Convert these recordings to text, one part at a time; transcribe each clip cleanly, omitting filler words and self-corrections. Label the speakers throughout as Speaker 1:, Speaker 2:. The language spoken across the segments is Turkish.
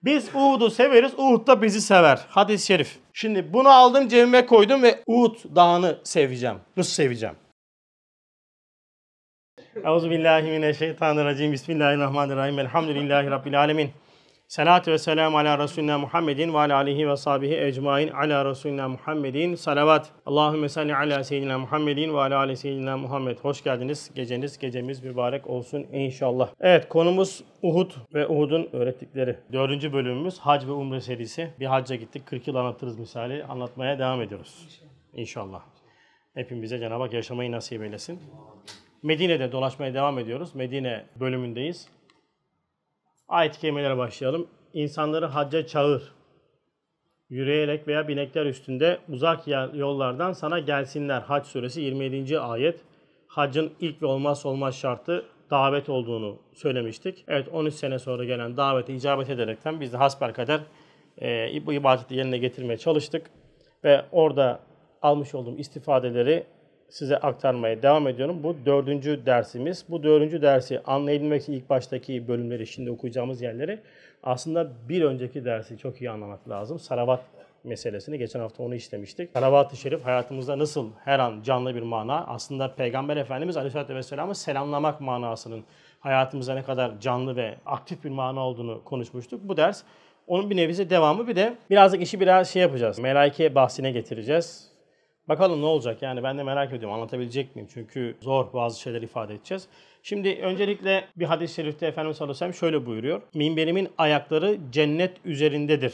Speaker 1: Biz Uhud'u severiz, Uhud da bizi sever. Hadis-i şerif. Şimdi bunu aldım cebime koydum ve Uhud dağını seveceğim. Nasıl seveceğim? Euzubillahimineşşeytanirracim. Bismillahirrahmanirrahim. Elhamdülillahi Rabbil alemin. Selatü ve selamu ala Resulina Muhammedin ve ala alihi ve sahbihi ecmain ala Resulina Muhammedin. Salavat. Allahümme salli ala seyyidina Muhammedin ve ala ali seyyidina Muhammed. Hoş geldiniz. Gecemiz mübarek olsun inşallah. Evet, konumuz Uhud ve Uhud'un öğrettikleri. 4. bölümümüz Hac ve Umre serisi. Bir hacca gittik. 40 yıl anlatırız misali. Anlatmaya devam ediyoruz. İnşallah. Hepimize Cenab-ı Hak yaşamayı nasip eylesin. Medine'de dolaşmaya devam ediyoruz. Medine bölümündeyiz. Ayet-i kerimelere başlayalım. İnsanları hacca çağır. Yürüyerek veya binekler üstünde uzak yollardan sana gelsinler. Hac suresi 27. ayet. Haccın ilk ve olmazsa olmaz şartı davet olduğunu söylemiştik. Evet, 13 sene sonra gelen davete icabet ederekten biz de hasbelkader bu ibadeti yerine getirmeye çalıştık. Ve orada almış olduğum istifadeleri size aktarmaya devam ediyorum. Bu 4. dersimiz. Bu 4. dersi anlayabilmek için ilk baştaki bölümleri, şimdi okuyacağımız yerleri aslında bir önceki dersi çok iyi anlamak lazım. Salavat meselesini, geçen hafta onu işlemiştik. Salavat-ı şerif hayatımızda nasıl her an canlı bir mana, aslında Peygamber Efendimiz Aleyhisselatü Vesselam'ı selamlamak manasının hayatımızda ne kadar canlı ve aktif bir mana olduğunu konuşmuştuk. Bu ders onun bir nevi devamı, bir de birazcık işi biraz yapacağız. Melaike bahsine getireceğiz. Bakalım ne olacak, yani ben de merak ediyorum, anlatabilecek miyim? Çünkü zor bazı şeyler ifade edeceğiz. Şimdi öncelikle bir hadis-i şerifte Efendimiz sallallahu aleyhi ve sellem şöyle buyuruyor. Minberimin ayakları cennet üzerindedir.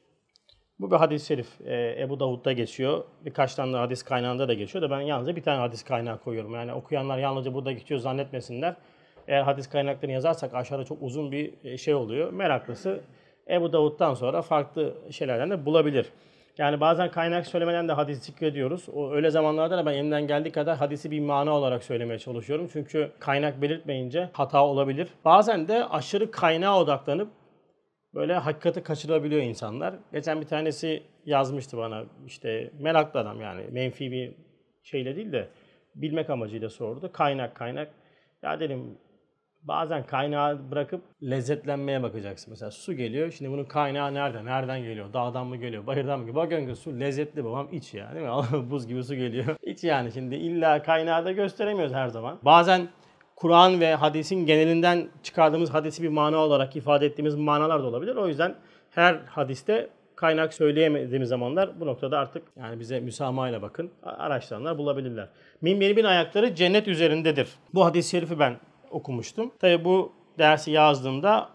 Speaker 1: Bu bir hadis-i şerif. Ebu Davud'da geçiyor. Birkaç tane de hadis kaynağında da geçiyor da ben yalnızca bir tane hadis kaynağı koyuyorum. Yani okuyanlar yalnızca burada geçiyor zannetmesinler. Eğer hadis kaynaklarını yazarsak aşağıda çok uzun bir şey oluyor. Meraklısı Ebu Davud'dan sonra farklı şeylerden de bulabilir. Yani bazen kaynak söylemeden de hadis zikrediyoruz. Öyle zamanlarda da ben elimden geldiği kadar hadisi bir mana olarak söylemeye çalışıyorum. Çünkü kaynak belirtmeyince hata olabilir. Bazen de aşırı kaynağa odaklanıp böyle hakikati kaçırabiliyor insanlar. Geçen bir tanesi yazmıştı bana, işte meraklı adam, yani menfi bir şeyle değil de bilmek amacıyla sordu. Kaynak. Ya dedim, bazen kaynağı bırakıp lezzetlenmeye bakacaksın. Mesela su geliyor. Şimdi bunun kaynağı nerede? Nereden geliyor? Dağdan mı geliyor? Bayırdan mı geliyor? Bakın ki su lezzetli, babam iç ya, değil mi? Buz gibi su geliyor. İç yani, şimdi illa kaynağı da gösteremiyoruz her zaman. Bazen Kur'an ve hadisin genelinden çıkardığımız hadisi bir mana olarak ifade ettiğimiz manalar da olabilir. O yüzden her hadiste kaynak söyleyemediğimiz zamanlar bu noktada artık yani bize müsamahayla bakın. Araştıranlar bulabilirler. Minberimin ayakları cennet üzerindedir. Bu hadis-i şerifi ben okumuştum. Tabii bu dersi yazdığımda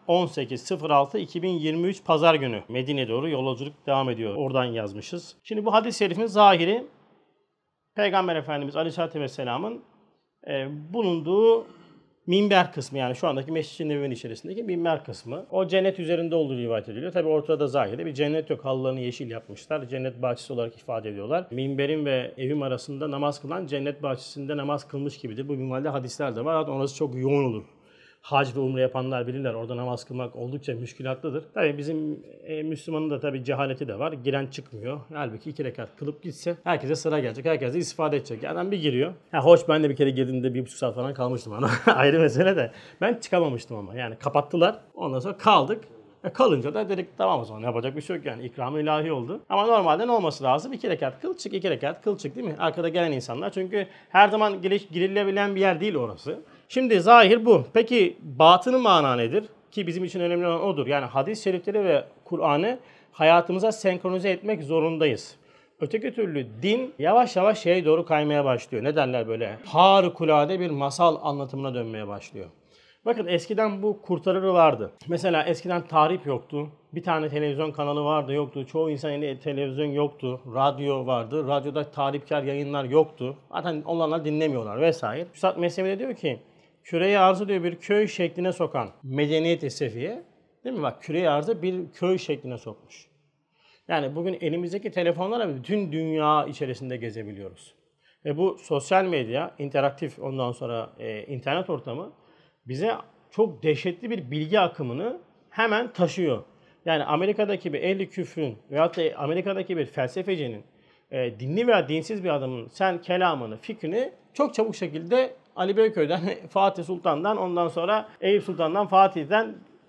Speaker 1: 18.06.2023 Pazar günü Medine'ye doğru yolculuk devam ediyor. Oradan yazmışız. Şimdi bu hadis-i şerifin zahiri Peygamber Efendimiz Aleyhisselatü Vesselam'ın bulunduğu minber kısmı, yani şu andaki Mescid-i Nebevi'nin içerisindeki minber kısmı. O cennet üzerinde olduğu rivayet ediliyor. Tabii ortada zahirde bir cennet yok. Halılarını yeşil yapmışlar. Cennet bahçesi olarak ifade ediyorlar. Minberin ve evim arasında namaz kılan cennet bahçesinde namaz kılmış gibidir. Bu minvalde hadisler de var. Hatta orası çok yoğun olur. Hac ve umre yapanlar bilirler. Orada namaz kılmak oldukça müşkilatlıdır. Tabii bizim Müslümanın da tabii cehaleti de var. Giren çıkmıyor. Halbuki 2 rekat kılıp gitse herkese sıra gelecek. Herkes de istifade edecek. Adam bir giriyor. Hoş, ben de bir kere girdiğimde 1,5 saat falan kalmıştım. Ayrı mesele de. Ben çıkamamıştım ama. Yani kapattılar. Ondan sonra kaldık. Kalınca da dedik tamam, o zaman yapacak bir şey yok yani. İkram-ı ilahi oldu. Ama normalde ne olması lazım? 2 rekat kıl çık, 2 rekat kıl çık, değil mi? Arkada gelen insanlar. Çünkü her zaman girilebilen bir yer değil orası. Şimdi zahir bu. Peki batını mana nedir? Ki bizim için önemli olan odur. Yani hadis-i şerifleri ve Kur'an'ı hayatımıza senkronize etmek zorundayız. Öteki türlü din yavaş yavaş şeye doğru kaymaya başlıyor. Ne derler böyle? Harikulade bir masal anlatımına dönmeye başlıyor. Bakın, eskiden bu kurtarırı vardı. Mesela eskiden tarih yoktu. Bir tane televizyon kanalı vardı, yoktu. Çoğu insan elinde televizyon yoktu. Radyo vardı. Radyoda tarihkar yayınlar yoktu. Zaten onlarla dinlemiyorlar vesaire. Üstad Mesnevi de diyor ki, küre-i arzı diyor bir köy şekline sokan medeniyet-i sefiye, değil mi? Bak, küre-i arzı bir köy şekline sokmuş. Yani bugün elimizdeki telefonlarla bütün dünya içerisinde gezebiliyoruz. Ve bu sosyal medya, interaktif, ondan sonra internet ortamı bize çok dehşetli bir bilgi akımını hemen taşıyor. Yani Amerika'daki bir ehli küfrün veyahut da Amerika'daki bir felsefecinin, dinli veya dinsiz bir adamın sen kelamını, fikrini çok çabuk şekilde Ali Beyköy'den, Fatih Sultan'dan, ondan sonra Eyüp Sultan'dan, Fatih'ten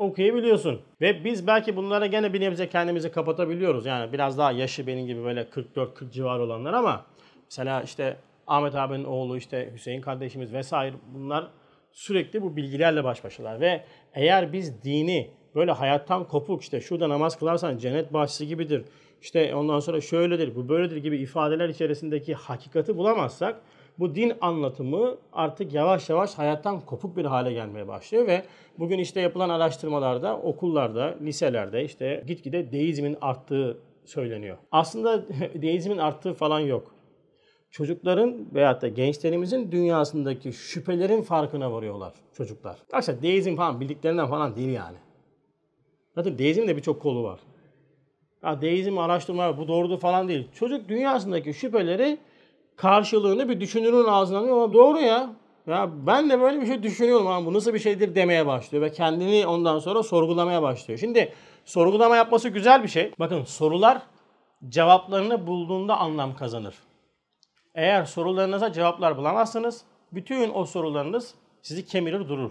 Speaker 1: okuyabiliyorsun. Ve biz belki bunlara gene bir nebze kendimizi kapatabiliyoruz. Yani biraz daha yaşı benim gibi böyle 44-40 civarı olanlar ama mesela işte Ahmet abinin oğlu, işte Hüseyin kardeşimiz vesaire, bunlar sürekli bu bilgilerle baş başalar. Ve eğer biz dini böyle hayattan kopuk, işte şurada namaz kılarsan cennet bahçesi gibidir, İşte ondan sonra şöyledir, bu böyledir gibi ifadeler içerisindeki hakikati bulamazsak bu din anlatımı artık yavaş yavaş hayattan kopuk bir hale gelmeye başlıyor ve bugün işte yapılan araştırmalarda, okullarda, liselerde işte gitgide deizmin arttığı söyleniyor. Aslında deizmin arttığı falan yok. Çocukların veyahut da gençlerimizin dünyasındaki şüphelerin farkına varıyorlar çocuklar. Arkadaşlar deizm falan bildiklerinden falan değil yani. Zaten deizmin de birçok kolu var. Ya deizm araştırma, bu doğrudur falan değil. Çocuk dünyasındaki şüpheleri karşılığını bir düşünürün ağzından alıyor. Doğru ya. Ya ben de böyle bir şey düşünüyorum ama bu nasıl bir şeydir demeye başlıyor ve kendini ondan sonra sorgulamaya başlıyor. Şimdi sorgulama yapması güzel bir şey. Bakın, sorular cevaplarını bulduğunda anlam kazanır. Eğer sorularınıza cevaplar bulamazsanız bütün o sorularınız sizi kemirir durur.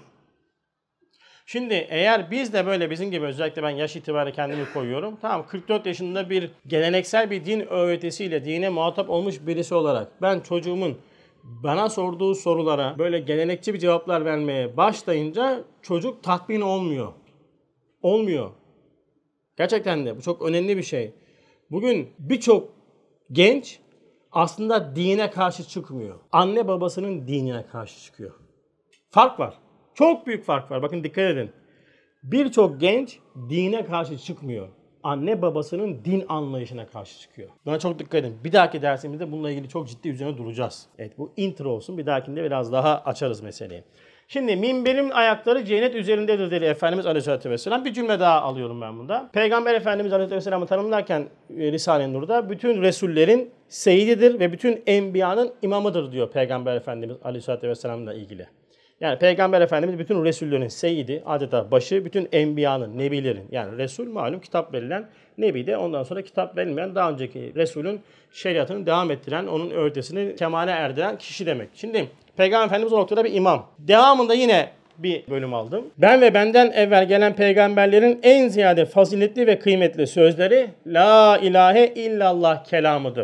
Speaker 1: Şimdi eğer biz de böyle bizim gibi, özellikle ben yaş itibariyle kendimi koyuyorum. Tamam, 44 yaşında bir geleneksel bir din öğretisiyle dine muhatap olmuş birisi olarak ben çocuğumun bana sorduğu sorulara böyle gelenekçi bir cevaplar vermeye başlayınca çocuk tatmin olmuyor. Olmuyor. Gerçekten de bu çok önemli bir şey. Bugün birçok genç aslında dine karşı çıkmıyor. Anne babasının dinine karşı çıkıyor. Fark var. Çok büyük fark var. Bakın, dikkat edin. Birçok genç dine karşı çıkmıyor. Anne babasının din anlayışına karşı çıkıyor. Buna çok dikkat edin. Bir dahaki dersimizde bununla ilgili çok ciddi üzerine duracağız. Evet, bu intro olsun. Bir dahakinde biraz daha açarız meseleyi. Şimdi minberin ayakları cennet üzerindedir dedi Efendimiz Aleyhisselatü Vesselam. Bir cümle daha alıyorum ben bunda. Peygamber Efendimiz Aleyhisselatü Vesselam'ı tanımlarken Risale-i Nur'da bütün Resullerin seyididir ve bütün enbiyanın imamıdır diyor Peygamber Efendimiz Aleyhisselatü Vesselam'la ilgili. Yani Peygamber Efendimiz bütün Resullerin seyidi, adeta başı, bütün enbiyanın, nebilerin. Yani Resul malum kitap verilen, nebi de ondan sonra kitap verilmeyen, daha önceki Resulün şeriatını devam ettiren, onun öğretisini kemale erdiren kişi demek. Şimdi Peygamber Efendimiz o noktada bir imam. Devamında yine bir bölüm aldım. Ben ve benden evvel gelen peygamberlerin en ziyade faziletli ve kıymetli sözleri La ilahe illallah kelamıdır.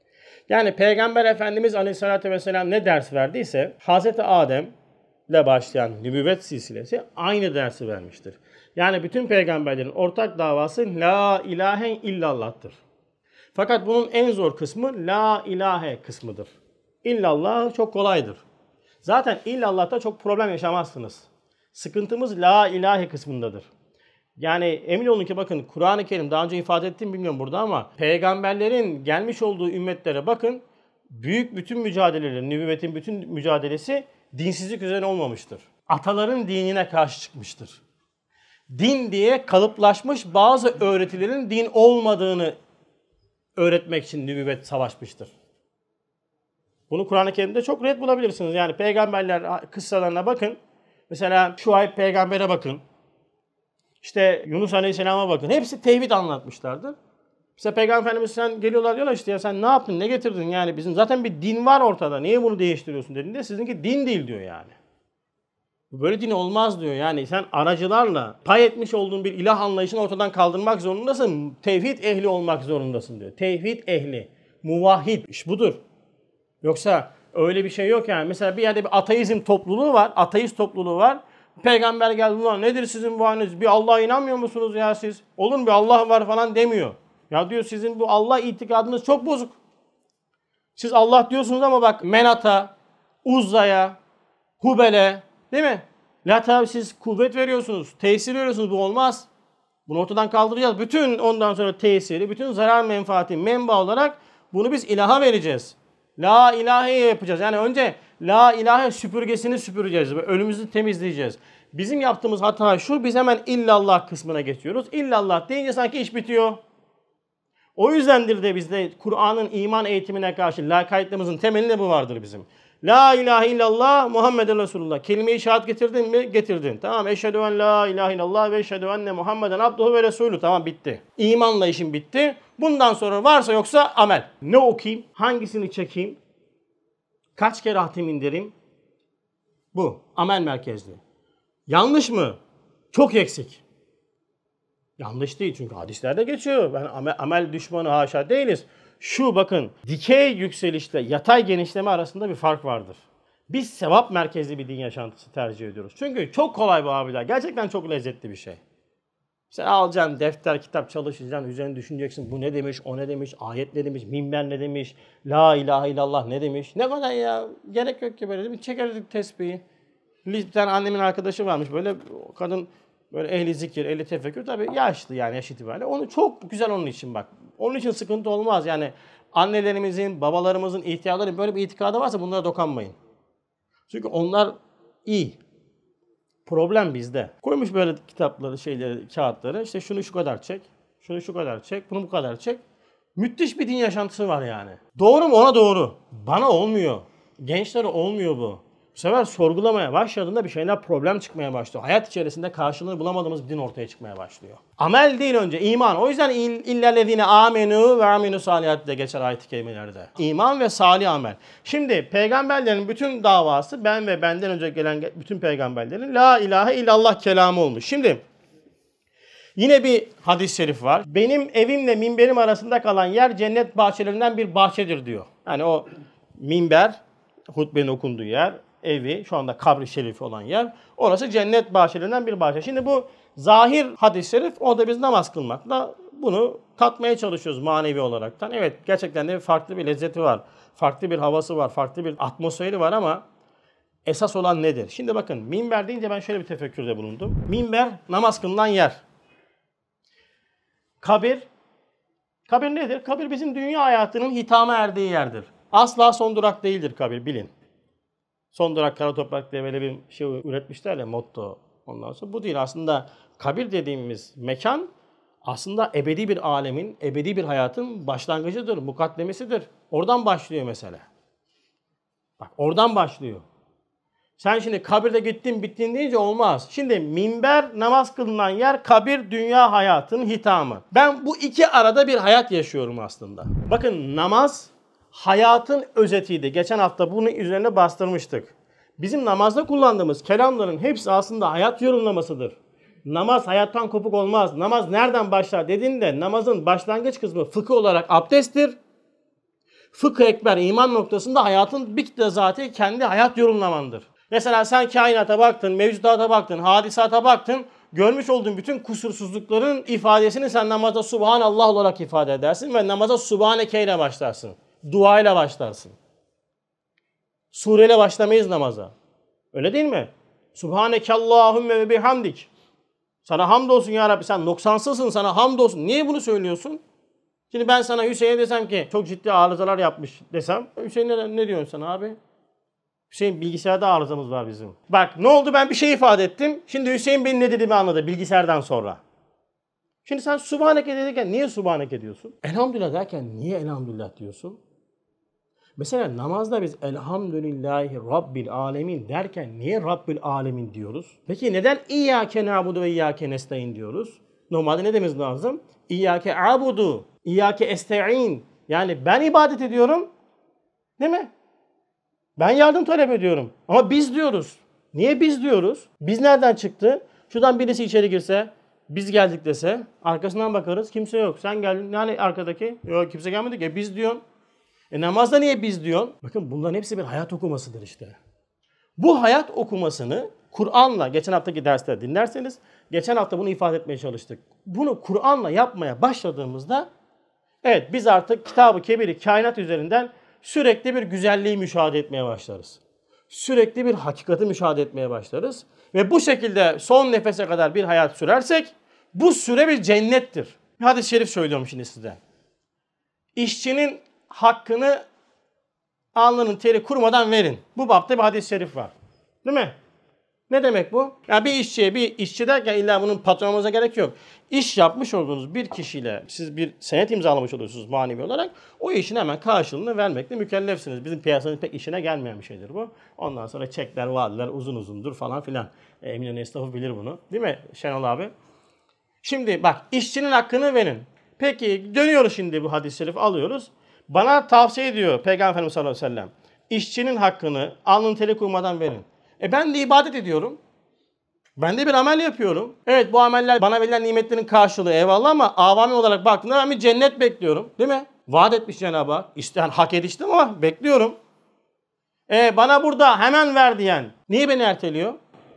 Speaker 1: Yani Peygamber Efendimiz Aleyhisselatü Vesselam ne ders verdiyse Hazreti Adem ile başlayan nübüvvet silsilesi aynı dersi vermiştir. Yani bütün peygamberlerin ortak davası La ilahe illallah'tır. Fakat bunun en zor kısmı La ilahe kısmıdır. İllallah çok kolaydır. Zaten illallah'ta çok problem yaşamazsınız. Sıkıntımız La ilahe kısmındadır. Yani emin olun ki bakın, Kur'an-ı Kerim, daha önce ifade ettim bilmiyorum burada ama peygamberlerin gelmiş olduğu ümmetlere bakın, büyük bütün mücadeleleri, nübüvvetin bütün mücadelesi dinsizlik üzerine olmamıştır. Ataların dinine karşı çıkmıştır. Din diye kalıplaşmış bazı öğretilerin din olmadığını öğretmek için nübüvvet savaşmıştır. Bunu Kur'an-ı Kerim'de çok net bulabilirsiniz. Yani peygamberler kıssalarına bakın. Mesela Şuayb peygambere bakın. İşte Yunus Aleyhisselam'a bakın. Hepsi tevhid anlatmışlardır. İşte Peygamber Efendimiz'den geliyorlar, diyorlar işte ya sen ne yaptın, ne getirdin, yani bizim zaten bir din var ortada, niye bunu değiştiriyorsun dediğinde sizinki din değil diyor yani. Böyle din olmaz diyor. Yani sen aracılarla pay etmiş olduğun bir ilah anlayışını ortadan kaldırmak zorundasın. Tevhid ehli olmak zorundasın diyor. Tevhid ehli, muvahhid, iş budur. Yoksa öyle bir şey yok yani. Mesela bir yerde bir ateizm topluluğu var, ateist topluluğu var. Peygamber geldi, ulan nedir sizin bu haliniz? Bir Allah'a inanmıyor musunuz ya siz? Olur mu bir Allah var falan demiyor. Ya diyor sizin bu Allah itikadınız çok bozuk. Siz Allah diyorsunuz ama bak Menat'a, Uzza'ya, Hubel'e, değil mi? Lat'a siz kuvvet veriyorsunuz, tesir veriyorsunuz, bu olmaz. Bunu ortadan kaldıracağız. Bütün ondan sonra tesiri, bütün zarar menfaati menba olarak bunu biz ilaha vereceğiz. La ilahe yapacağız. Yani önce la ilahe süpürgesini süpüreceğiz. Önümüzü temizleyeceğiz. Bizim yaptığımız hata şu, biz hemen illallah kısmına geçiyoruz. İllallah deyince sanki iş bitiyor. O yüzdendir de bizde Kur'an'ın iman eğitimine karşı lakaytlığımızın temelinde bu vardır bizim. La ilahe illallah Muhammeden Resulullah. Kelime-i şehadet getirdin mi? Getirdin. Tamam. Eşhedü en la ilahe illallah ve eşhedü enne Muhammeden abduhu ve resulü. Tamam, bitti. İmanla işim bitti. Bundan sonra varsa yoksa amel. Ne okuyayım? Hangisini çekeyim? Kaç kere hatim indireyim? Bu. Amel merkezli. Yanlış mı? Çok eksik. Yanlış değil çünkü hadislerde geçiyor. Ben amel düşmanı haşa değiliz. Şu bakın, dikey yükselişle yatay genişleme arasında bir fark vardır. Biz sevap merkezli bir din yaşantısı tercih ediyoruz. Çünkü çok kolay bu abiler. Gerçekten çok lezzetli bir şey. Sen alacaksın defter, kitap çalışacaksın, üzerine düşüneceksin. Bu ne demiş, o ne demiş, ayet ne demiş, minber ne demiş, la ilahe illallah ne demiş. Ne kadar ya, gerek yok ki böyle değil mi? Çekerdik tesbihi. Bir tane annemin arkadaşı varmış böyle, kadın böyle ehli zikir, ehli tefekkür, tabii yaşlı yani yaş itibariyle. Onu çok güzel onun için bak. Onun için sıkıntı olmaz yani. Annelerimizin, babalarımızın, ihtiyarların böyle bir itikadı varsa bunlara dokanmayın. Çünkü onlar iyi. Problem bizde. Koymuş böyle kitapları, şeyleri, kağıtları. İşte şunu şu kadar çek, şunu şu kadar çek, bunu bu kadar çek. Müthiş bir din yaşantısı var yani. Doğru mu? Ona doğru. Bana olmuyor. Gençlere olmuyor bu. Bu sefer sorgulamaya başladığında bir şeyler problem çıkmaya başlıyor. Hayat içerisinde karşılığını bulamadığımız bir din ortaya çıkmaya başlıyor. Amel değil önce, iman. O yüzden illellezine amenu ve aminu salihat de geçer ayet-i kerimelerde. İman ve salih amel. Şimdi peygamberlerin bütün davası, ben ve benden önce gelen bütün peygamberlerin la ilahe illallah kelamı olmuş. Şimdi yine bir hadis-i şerif var. Benim evimle minberim arasında kalan yer cennet bahçelerinden bir bahçedir diyor. Yani o minber, hutbenin okunduğu yer, evi, şu anda kabri şerifi olan yer, orası cennet bahçelerinden bir bahçe. Şimdi bu zahir hadis-i şerif, orada biz namaz kılmakla bunu tatmaya çalışıyoruz manevi olaraktan. Evet, gerçekten de farklı bir lezzeti var, farklı bir havası var, farklı bir atmosferi var ama esas olan nedir? Şimdi bakın, minber deyince ben şöyle bir tefekkürde bulundum. Minber, namaz kılınan yer. Kabir nedir? Kabir bizim dünya hayatının hitama erdiği yerdir. Asla son durak değildir kabir, bilin. Son durak kara toprak diye böyle bir şey üretmişler ya, motto. Ondan sonra bu değil. Aslında kabir dediğimiz mekan aslında ebedi bir alemin, ebedi bir hayatın başlangıcıdır, mukaddemesidir. Oradan başlıyor mesele. Bak oradan başlıyor. Sen şimdi kabirde gittin bittin deyince olmaz. Şimdi minber, namaz kılınan yer, kabir dünya hayatının hitamı. Ben bu iki arada bir hayat yaşıyorum aslında. Bakın namaz hayatın özetiydi. Geçen hafta bunun üzerine bastırmıştık. Bizim namazda kullandığımız kelamların hepsi aslında hayat yorumlamasıdır. Namaz hayattan kopuk olmaz. Namaz nereden başlar dediğinde namazın başlangıç kısmı fıkıh olarak abdesttir. Fıkıh ekber iman noktasında hayatın bir kitle zaten kendi hayat yorumlamandır. Mesela sen kainata baktın, mevcudata baktın, hadisata baktın. Görmüş olduğun bütün kusursuzlukların ifadesini sen namazda Subhanallah olarak ifade edersin ve namaza Subhaneke ile başlarsın. Dua ile başlarsın. Sureyle başlamayız namaza. Öyle değil mi? Subhaneke Allahümme ve bihamdik. Sana hamdolsun ya Rabbi, sen noksansızsın, sana hamdolsun. Niye bunu söylüyorsun? Şimdi ben sana Hüseyin'e desem ki çok ciddi arızalar yapmış desem. Hüseyin ne diyorsun sen abi? Hüseyin bilgisayarda arızamız var bizim. Bak ne oldu, ben bir şey ifade ettim. Şimdi Hüseyin benim ne dediğimi anladı bilgisayardan sonra. Şimdi sen Subhaneke derken niye Subhaneke diyorsun? Elhamdülillah derken niye elhamdülillah diyorsun? Mesela namazda biz elhamdülillahi Rabbil alemin derken niye Rabbil alemin diyoruz? Peki neden İyyâke na'budu ve İyyâke nestaîn diyoruz? Normalde ne dememiz lazım? İyyâke a'budu, İyyâke esta'in. Yani ben ibadet ediyorum. Değil mi? Ben yardım talep ediyorum. Ama biz diyoruz. Niye biz diyoruz? Biz nereden çıktı? Şuradan birisi içeri girse, biz geldik dese, arkasından bakarız, kimse yok. Sen geldin, yani arkadaki? Yok, kimse gelmedi ki. Biz diyorsun. Namazda niye biz diyorsun? Bakın bunların hepsi bir hayat okumasıdır işte. Bu hayat okumasını Kur'an'la, geçen haftaki derste dinlerseniz, geçen hafta bunu ifade etmeye çalıştık. Bunu Kur'an'la yapmaya başladığımızda, evet biz artık Kitab-ı Kebir'i kainat üzerinden sürekli bir güzelliği müşahede etmeye başlarız. Sürekli bir hakikati müşahede etmeye başlarız. Ve bu şekilde son nefese kadar bir hayat sürersek, bu süre bir cennettir. Bir hadis-i şerif söylüyorum şimdi size. İşçinin hakkını alnının teri kurumadan verin. Bu bapta bir hadis-i şerif var. Değil mi? Ne demek bu? Yani bir işçi derken illa bunun patronumuza gerek yok. İş yapmış olduğunuz bir kişiyle siz bir senet imzalamış oluyorsunuz manevi olarak. O işin hemen karşılığını vermekle mükellefsiniz. Bizim piyasanın pek işine gelmeyen bir şeydir bu. Ondan sonra çekler, vaadiler uzun uzundur falan filan. Eminönü esnafı bilir bunu. Değil mi Şenol abi? Şimdi bak, işçinin hakkını verin. Peki dönüyoruz şimdi, bu hadis-i şerifi alıyoruz. Bana tavsiye ediyor Peygamber Efendimiz sallallahu aleyhi ve sellem. İşçinin hakkını alnının teri kurumadan verin. Ben de ibadet ediyorum. Ben de bir amel yapıyorum. Evet, bu ameller bana verilen nimetlerin karşılığı, eyvallah, ama avami olarak baktığımda ben bir cennet bekliyorum. Değil mi? Vaat etmiş Cenab-ı Hak. İşte yani hak ediştim ama bekliyorum. Bana burada hemen ver diyen niye beni erteliyor?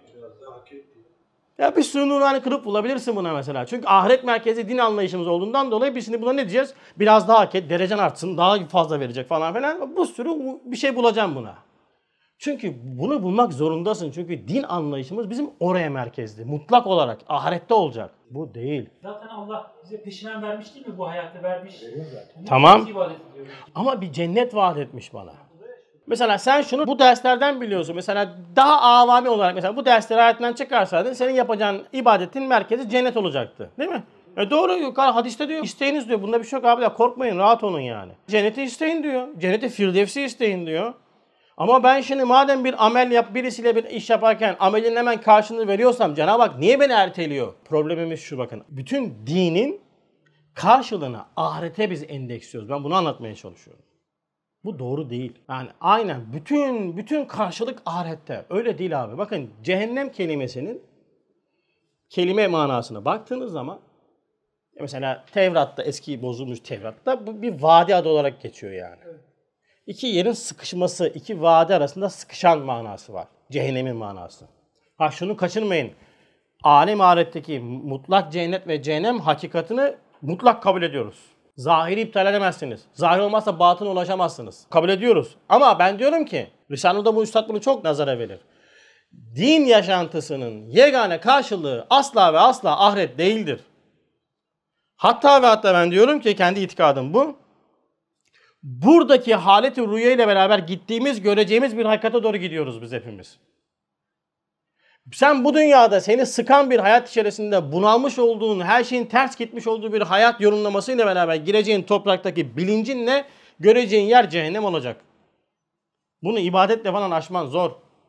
Speaker 1: Ya bir sürü nurani kılıf bulabilirsin buna mesela. Çünkü ahiret merkezi din anlayışımız olduğundan dolayı biz şimdi buna ne diyeceğiz? Biraz daha hak et, derecen artsın, daha fazla verecek falan filan. Bu sürü bir şey bulacağım buna. Çünkü bunu bulmak zorundasın. Çünkü din anlayışımız bizim oraya merkezli. Mutlak olarak ahirette olacak. Bu değil.
Speaker 2: Zaten Allah bize peşinen vermiş değil mi? Bu hayatta vermiş.
Speaker 1: Tamam. Ama bir cennet vaat etmiş bana. Mesela sen şunu bu derslerden biliyorsun. Mesela daha avami olarak mesela bu dersleri hayatından çıkarsaydın senin yapacağın ibadetin merkezi cennet olacaktı. Değil mi? Doğru, yukarı hadiste diyor. İsteyiniz diyor. Bunda bir şey yok abi. Korkmayın, rahat olun yani. Cenneti isteyin diyor. Cenneti firdevsi isteyin diyor. Ama ben şimdi madem bir amel birisiyle bir iş yaparken amelin hemen karşılığını veriyorsam Cenab-ı Hak niye beni erteliyor? Problemimiz şu, bakın. Bütün dinin karşılığını ahirete biz endeksliyoruz. Ben bunu anlatmaya çalışıyorum. Bu doğru değil. Yani aynen bütün karşılık ahirette. Öyle değil abi. Bakın cehennem kelimesinin kelime manasına baktığınız zaman mesela Tevrat'ta, eski bozulmuş Tevrat'ta bu bir vadi adı olarak geçiyor yani. Evet. İki yerin sıkışması, iki vadi arasında sıkışan manası var. Cehennemin manası. Ha şunu kaçırmayın. Alem ahiretteki mutlak cennet ve cehennem hakikatini mutlak kabul ediyoruz. Zahiri iptal edemezsiniz. Zahir olmazsa batına ulaşamazsınız. Kabul ediyoruz. Ama ben diyorum ki, Risale'de bu üstad bunu çok nazara verir. Din yaşantısının yegane karşılığı asla ve asla ahiret değildir. Hatta ve hatta ben diyorum ki, kendi itikadım bu. Buradaki haleti rüya ile beraber gittiğimiz, göreceğimiz bir hakikate doğru gidiyoruz biz hepimiz. Sen bu dünyada seni sıkan bir hayat içerisinde bunalmış olduğun, her şeyin ters gitmiş olduğu bir hayat yorumlamasıyla beraber gireceğin topraktaki bilincinle göreceğin yer cehennem olacak. Bunu ibadetle falan aşman zor.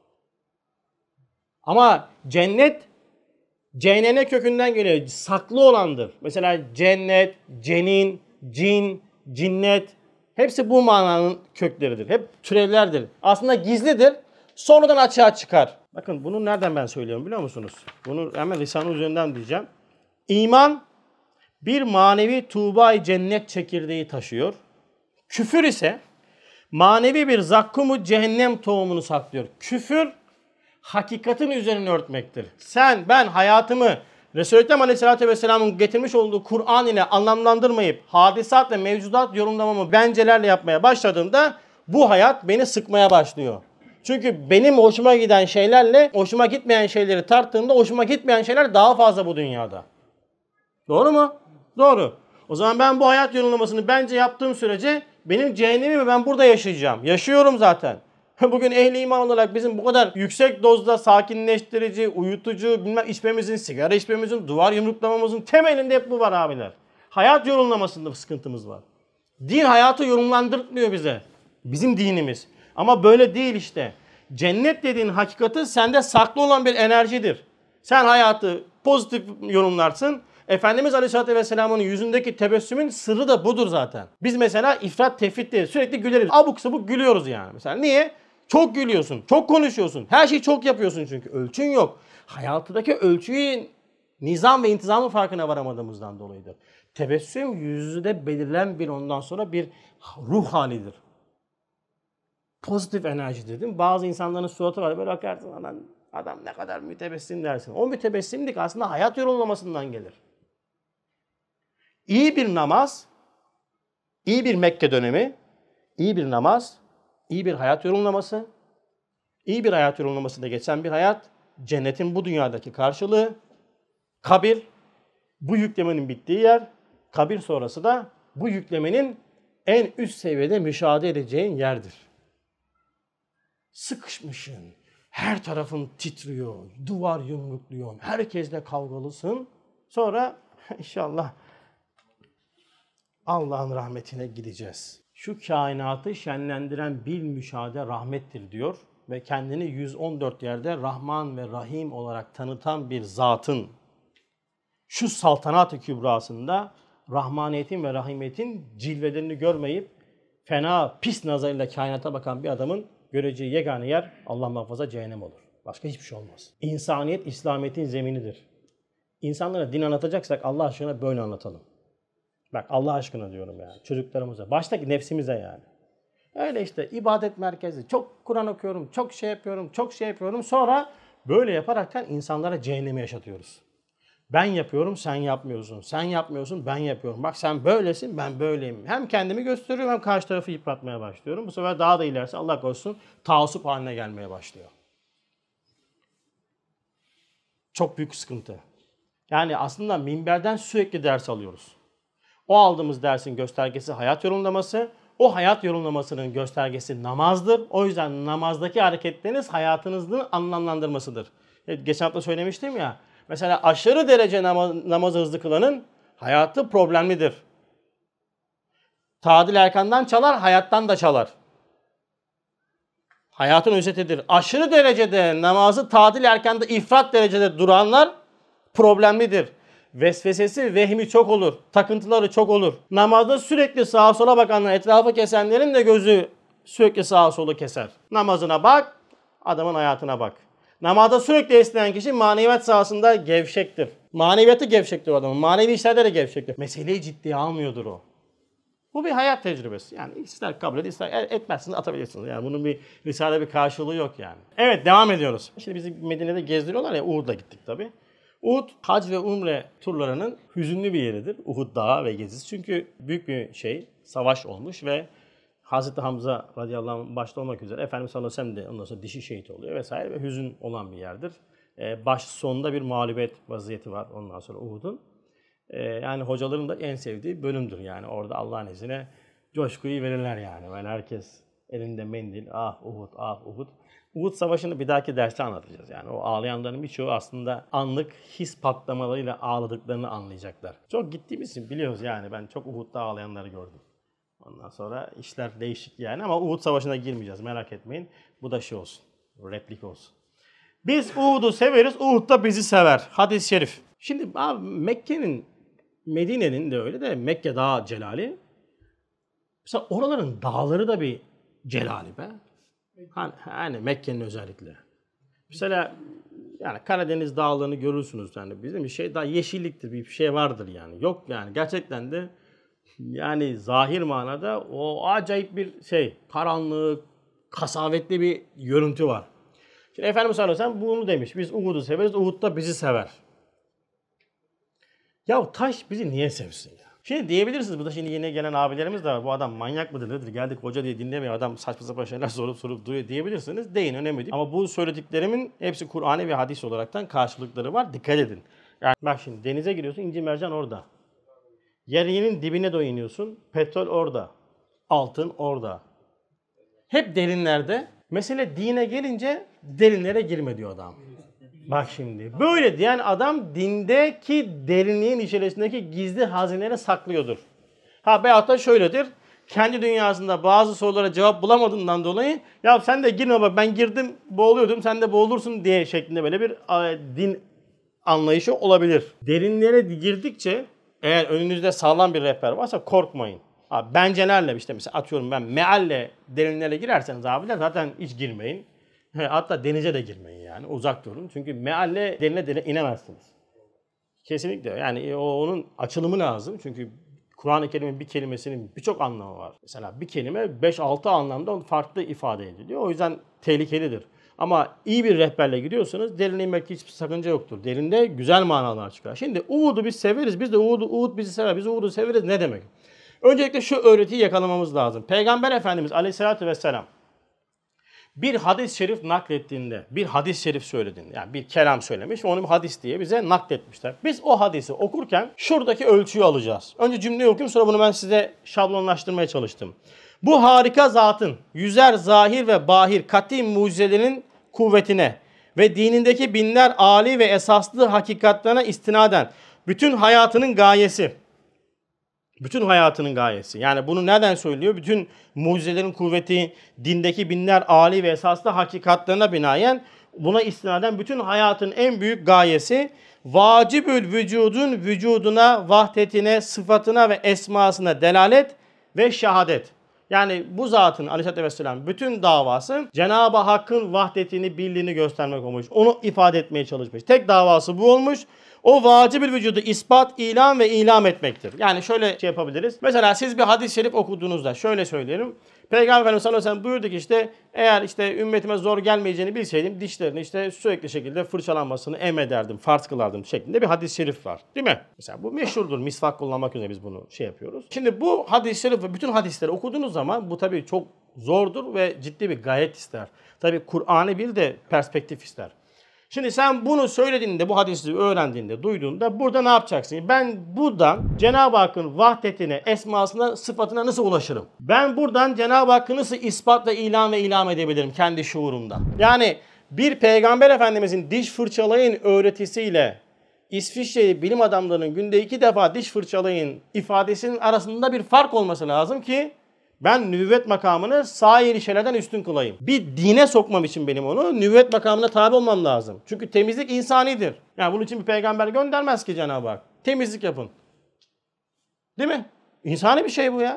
Speaker 1: Ama cennet, cennene kökünden geliyor. Saklı olandır. Mesela cennet, cenin, cin, cinnet. Hepsi bu mananın kökleridir. Hep türevlerdir. Aslında gizlidir. Sonradan açığa çıkar. Bakın bunu nereden ben söylüyorum biliyor musunuz? Bunu hemen Risale üzerinden diyeceğim. İman bir manevi tuğba-i cennet çekirdeği taşıyor. Küfür ise manevi bir zakkumu cehennem tohumunu saklıyor. Küfür hakikatin üzerine örtmektir. Ben hayatımı Resulü Ekrem Aleyhisselatü Vesselam'ın getirmiş olduğu Kur'an ile anlamlandırmayıp hadisat ve mevcudat yorumlamamı bencelerle yapmaya başladığımda bu hayat beni sıkmaya başlıyor. Çünkü benim hoşuma giden şeylerle hoşuma gitmeyen şeyleri tarttığımda hoşuma gitmeyen şeyler daha fazla bu dünyada. Doğru mu? Doğru. O zaman ben bu hayat yorumlamasını bence yaptığım sürece benim cehennemimi ben burada yaşayacağım. Yaşıyorum zaten. Bugün ehli iman olarak bizim bu kadar yüksek dozda sakinleştirici, uyutucu, içmemizin, sigara içmemizin, duvar yumruklamamızın temelinde hep bu var abiler. Hayat yorumlamasında sıkıntımız var. Din hayatı yorumlandırmıyor bize. Bizim dinimiz. Ama böyle değil işte. Cennet dediğin hakikati sende saklı olan bir enerjidir. Sen hayatı pozitif yorumlarsın. Efendimiz Aleyhisselatü Vesselam'ın yüzündeki tebessümün sırrı da budur zaten. Biz mesela ifrat tefrit değil, sürekli güleriz. Abuk sabuk gülüyoruz yani. Mesela niye? Çok gülüyorsun, çok konuşuyorsun. Her şeyi çok yapıyorsun çünkü. Ölçün yok. Hayatındaki ölçüyü, nizam ve intizamın farkına varamadığımızdan dolayıdır. Tebessüm yüzde belirlen bir ondan sonra bir ruh halidir. Pozitif enerjidir değil mi? Bazı insanların suratı var. Böyle bakarsın adam ne kadar mütebessim dersin. O mütebessimlik aslında hayat yorumlamasından gelir. İyi bir namaz, iyi bir Mekke dönemi, iyi bir namaz, iyi bir hayat yorumlaması, iyi bir hayat yorumlamasında geçen bir hayat, cennetin bu dünyadaki karşılığı, kabir, bu yüklemenin bittiği yer, kabir sonrası da bu yüklemenin en üst seviyede müşahede edeceğin yerdir. Sıkışmışsın, her tarafın titriyor, duvar yumrukluyorsun, herkesle kavgalısın. Sonra inşallah Allah'ın rahmetine gideceğiz. Şu kainatı şenlendiren bir müşahede rahmettir diyor ve kendini 114 yerde Rahman ve Rahim olarak tanıtan bir zatın şu saltanat-ı kübrasında rahmaniyetin ve rahimiyetin cilvelerini görmeyip fena, pis nazarıyla kainata bakan bir adamın göreceği yegane yer Allah muhafaza cehennem olur. Başka hiçbir şey olmaz. İnsaniyet İslamiyet'in zeminidir. İnsanlara din anlatacaksak Allah aşkına böyle anlatalım. Bak Allah aşkına diyorum yani çocuklarımıza. Baştaki nefsimize yani. Öyle işte ibadet merkezi. Çok Kur'an okuyorum, çok şey yapıyorum, çok şey yapıyorum. Sonra böyle yaparaktan insanlara cehennemi yaşatıyoruz. Ben yapıyorum, sen yapmıyorsun. Sen yapmıyorsun, ben yapıyorum. Bak sen böylesin, ben böyleyim. Hem kendimi gösteriyorum hem karşı tarafı yıpratmaya başlıyorum. Bu sefer daha da ilerisi Allah korusun taassup haline gelmeye başlıyor. Çok büyük sıkıntı. Yani aslında minberden sürekli ders alıyoruz. O aldığımız dersin göstergesi hayat yorumlaması. O hayat yorumlamasının göstergesi namazdır. O yüzden namazdaki hareketleriniz hayatınızın anlamlandırmasıdır. Geçen hafta söylemiştim ya. Mesela aşırı derece namazı hızlı kılanın hayatı problemlidir. Tadil erkandan çalar, hayattan da çalar. Hayatın özetidir. Aşırı derecede namazı tadil erkanda ifrat derecede duranlar problemlidir. Vesvesesi, vehmi çok olur. Takıntıları çok olur. Namazda sürekli sağa sola bakanlar, etrafı kesenlerin de gözü sürekli sağa sola keser. Namazına bak, adamın hayatına bak. Namazda sürekli esneyen kişi maneviyat sahasında gevşektir. Maneviyatı gevşektir o adamın. Manevi işlerde de gevşektir. Meseleyi ciddiye almıyordur o. Bu bir hayat tecrübesi. Yani ister kabul edin, ister etmezsiniz, atabilirsiniz. Yani bunun bir Risale bir karşılığı yok yani. Evet, devam ediyoruz. Şimdi bizi Medine'de gezdiriyorlar ya, Uhud'a gittik tabii. Uhud, hac ve umre turlarının hüzünlü bir yeridir. Uhud Dağı ve gezisi. Çünkü büyük bir savaş olmuş ve Hazreti Hamza radıyallahu anh başta olmak üzere Efendimiz sallallahu aleyhi ve sellem de ondan sonra dişi şehit oluyor vesaire ve hüzün olan bir yerdir. Baş sonunda bir mağlubiyet vaziyeti var ondan sonra Uhud'un. Yani hocaların da en sevdiği bölümdür yani. Orada Allah'ın izniyle coşkuyu verirler yani. Yani herkes elinde mendil, ah Uhud, ah Uhud. Uhud Savaşı'nı bir dahaki derste anlatacağız. Yani o ağlayanların birçoğu aslında anlık his patlamalarıyla ağladıklarını anlayacaklar. Çok gittiğimiz için biliyoruz yani. Ben çok Uhud'da ağlayanları gördüm. Ondan sonra işler değişik yani ama Uhud Savaşı'na girmeyeceğiz, merak etmeyin. Bu da şey olsun, replik olsun. Biz Uhud'u severiz, Uhud da bizi sever. Hadis-i şerif. Şimdi abi Mekke'nin, Medine'nin de öyle de Mekke daha celali. Mesela oraların dağları da bir celali be. Hani Mekke'nin özellikle. Mesela yani Karadeniz dağlarını görürsünüz yani bizim bir daha yeşilliktir, bir şey vardır yani. Yok yani gerçekten de yani zahir manada o acayip bir karanlık, kasavetli bir görüntü var. Şimdi Efendimiz sallallahu aleyhi ve sellem bunu demiş. Biz Uhud'u severiz, Uhud da bizi sever. Ya taş bizi niye sevsin ya? Şimdi diyebilirsiniz, bu da şimdi yeni gelen abilerimiz de var. Bu adam manyak mıdır nedir? Geldik hoca diye dinlemiyor. Adam saçma sapan şeyler sorup duruyor diyebilirsiniz. Deyin, önemli değil. Ama bu söylediklerimin hepsi Kur'an'ı ve hadis olaraktan karşılıkları var. Dikkat edin. Yani bak şimdi denize giriyorsun, inci mercan orada. Yerin dibine doğru iniyorsun. Petrol orada. Altın orada. Hep derinlerde. Mesele dine gelince derinlere girme diyor adam. Bak şimdi. Böyle diyen adam dindeki derinliğin içerisindeki gizli hazineleri saklıyordur. Veyahut da şöyledir. Kendi dünyasında bazı sorulara cevap bulamadığından dolayı ya sen de girme bak ben girdim boğuluyordum sen de boğulursun diye şeklinde böyle bir din anlayışı olabilir. Derinlere girdikçe eğer önünüzde sağlam bir rehber varsa korkmayın. Bencelerle işte mesela atıyorum ben mealle derinlere girerseniz abiler zaten hiç girmeyin. Hatta denize de girmeyin yani uzak durun. Çünkü mealle derine inemezsiniz. Kesinlikle yani onun açılımı lazım. Çünkü Kur'an-ı Kerim'in bir kelimesinin birçok anlamı var. Mesela bir kelime 5-6 anlamda farklı ifade ediliyor. O yüzden tehlikelidir. Ama iyi bir rehberle gidiyorsanız derine inmekte hiçbir sakınca yoktur. Derinde güzel manalar çıkar. Şimdi Uhud'u biz severiz. Biz de Uhud bizi sever. Biz Uhud'u severiz. Ne demek? Öncelikle şu öğretiyi yakalamamız lazım. Peygamber Efendimiz Aleyhisselatü Vesselam bir hadis-i şerif naklettiğinde, bir hadis-i şerif söylediğinde, yani bir kelam söylemiş, onu bir hadis diye bize nakletmişler. Biz o hadisi okurken şuradaki ölçüyü alacağız. Önce cümleyi okuyayım, sonra bunu ben size şablonlaştırmaya çalıştım. Bu harika zatın yüzer, zahir ve bahir kati mucizelerinin kuvvetine ve dinindeki binler âli ve esaslı hakikatlerine istinaden bütün hayatının gayesi. Bütün hayatının gayesi. Yani bunu nereden söylüyor? Bütün mucizelerin kuvveti, dindeki binler âli ve esaslı hakikatlerine binaen buna istinaden bütün hayatın en büyük gayesi vacibül vücudun vücuduna, vahdetine, sıfatına ve esmasına delalet ve şehadet. Yani bu zatın aleyhissalatü vesselam bütün davası Cenab-ı Hakk'ın vahdetini, birliğini göstermek olmuş. Onu ifade etmeye çalışmış. Tek davası bu olmuş. O vacib-ül vücudu ispat, ilan ve ilam etmektir. Yani şöyle şey yapabiliriz. Mesela siz bir hadis-i şerif okuduğunuzda şöyle söyleyelim. Peygamber Efendimiz sallallahu aleyhi ve sellem buyurdu ki işte eğer işte ümmetime zor gelmeyeceğini bilseydim dişlerini işte sürekli şekilde fırçalanmasını emrederdim, farz kılardım şeklinde bir hadis-i şerif var. Değil mi? Mesela bu meşhurdur. Misvak kullanmak üzere biz bunu şey yapıyoruz. Şimdi bu hadis-i şerif ve bütün hadisleri okuduğunuz zaman bu tabii çok zordur ve ciddi bir gayret ister. Tabii Kur'an'ı bir de perspektif ister. Şimdi sen bunu söylediğinde, bu hadisi öğrendiğinde, duyduğunda burada ne yapacaksın? Ben buradan Cenab-ı Hakk'ın vahdetine, esmasına, sıfatına nasıl ulaşırım? Ben buradan Cenab-ı Hakk'ı nasıl ispatla ilan ve ilam edebilirim kendi şuurumda? Yani bir Peygamber Efendimizin diş fırçalayın öğretisiyle İsviçreli bilim adamlarının günde 2 defa diş fırçalayın ifadesinin arasında bir fark olması lazım ki ben nübüvvet makamını sair şeylerden üstün kılayım. Bir dine sokmam için benim onu nübüvvet makamına tabi olmam lazım. Çünkü temizlik insanidir. Yani bunun için bir peygamber göndermez ki Cenab-ı Hak. Temizlik yapın. Değil mi? İnsani bir şey bu ya.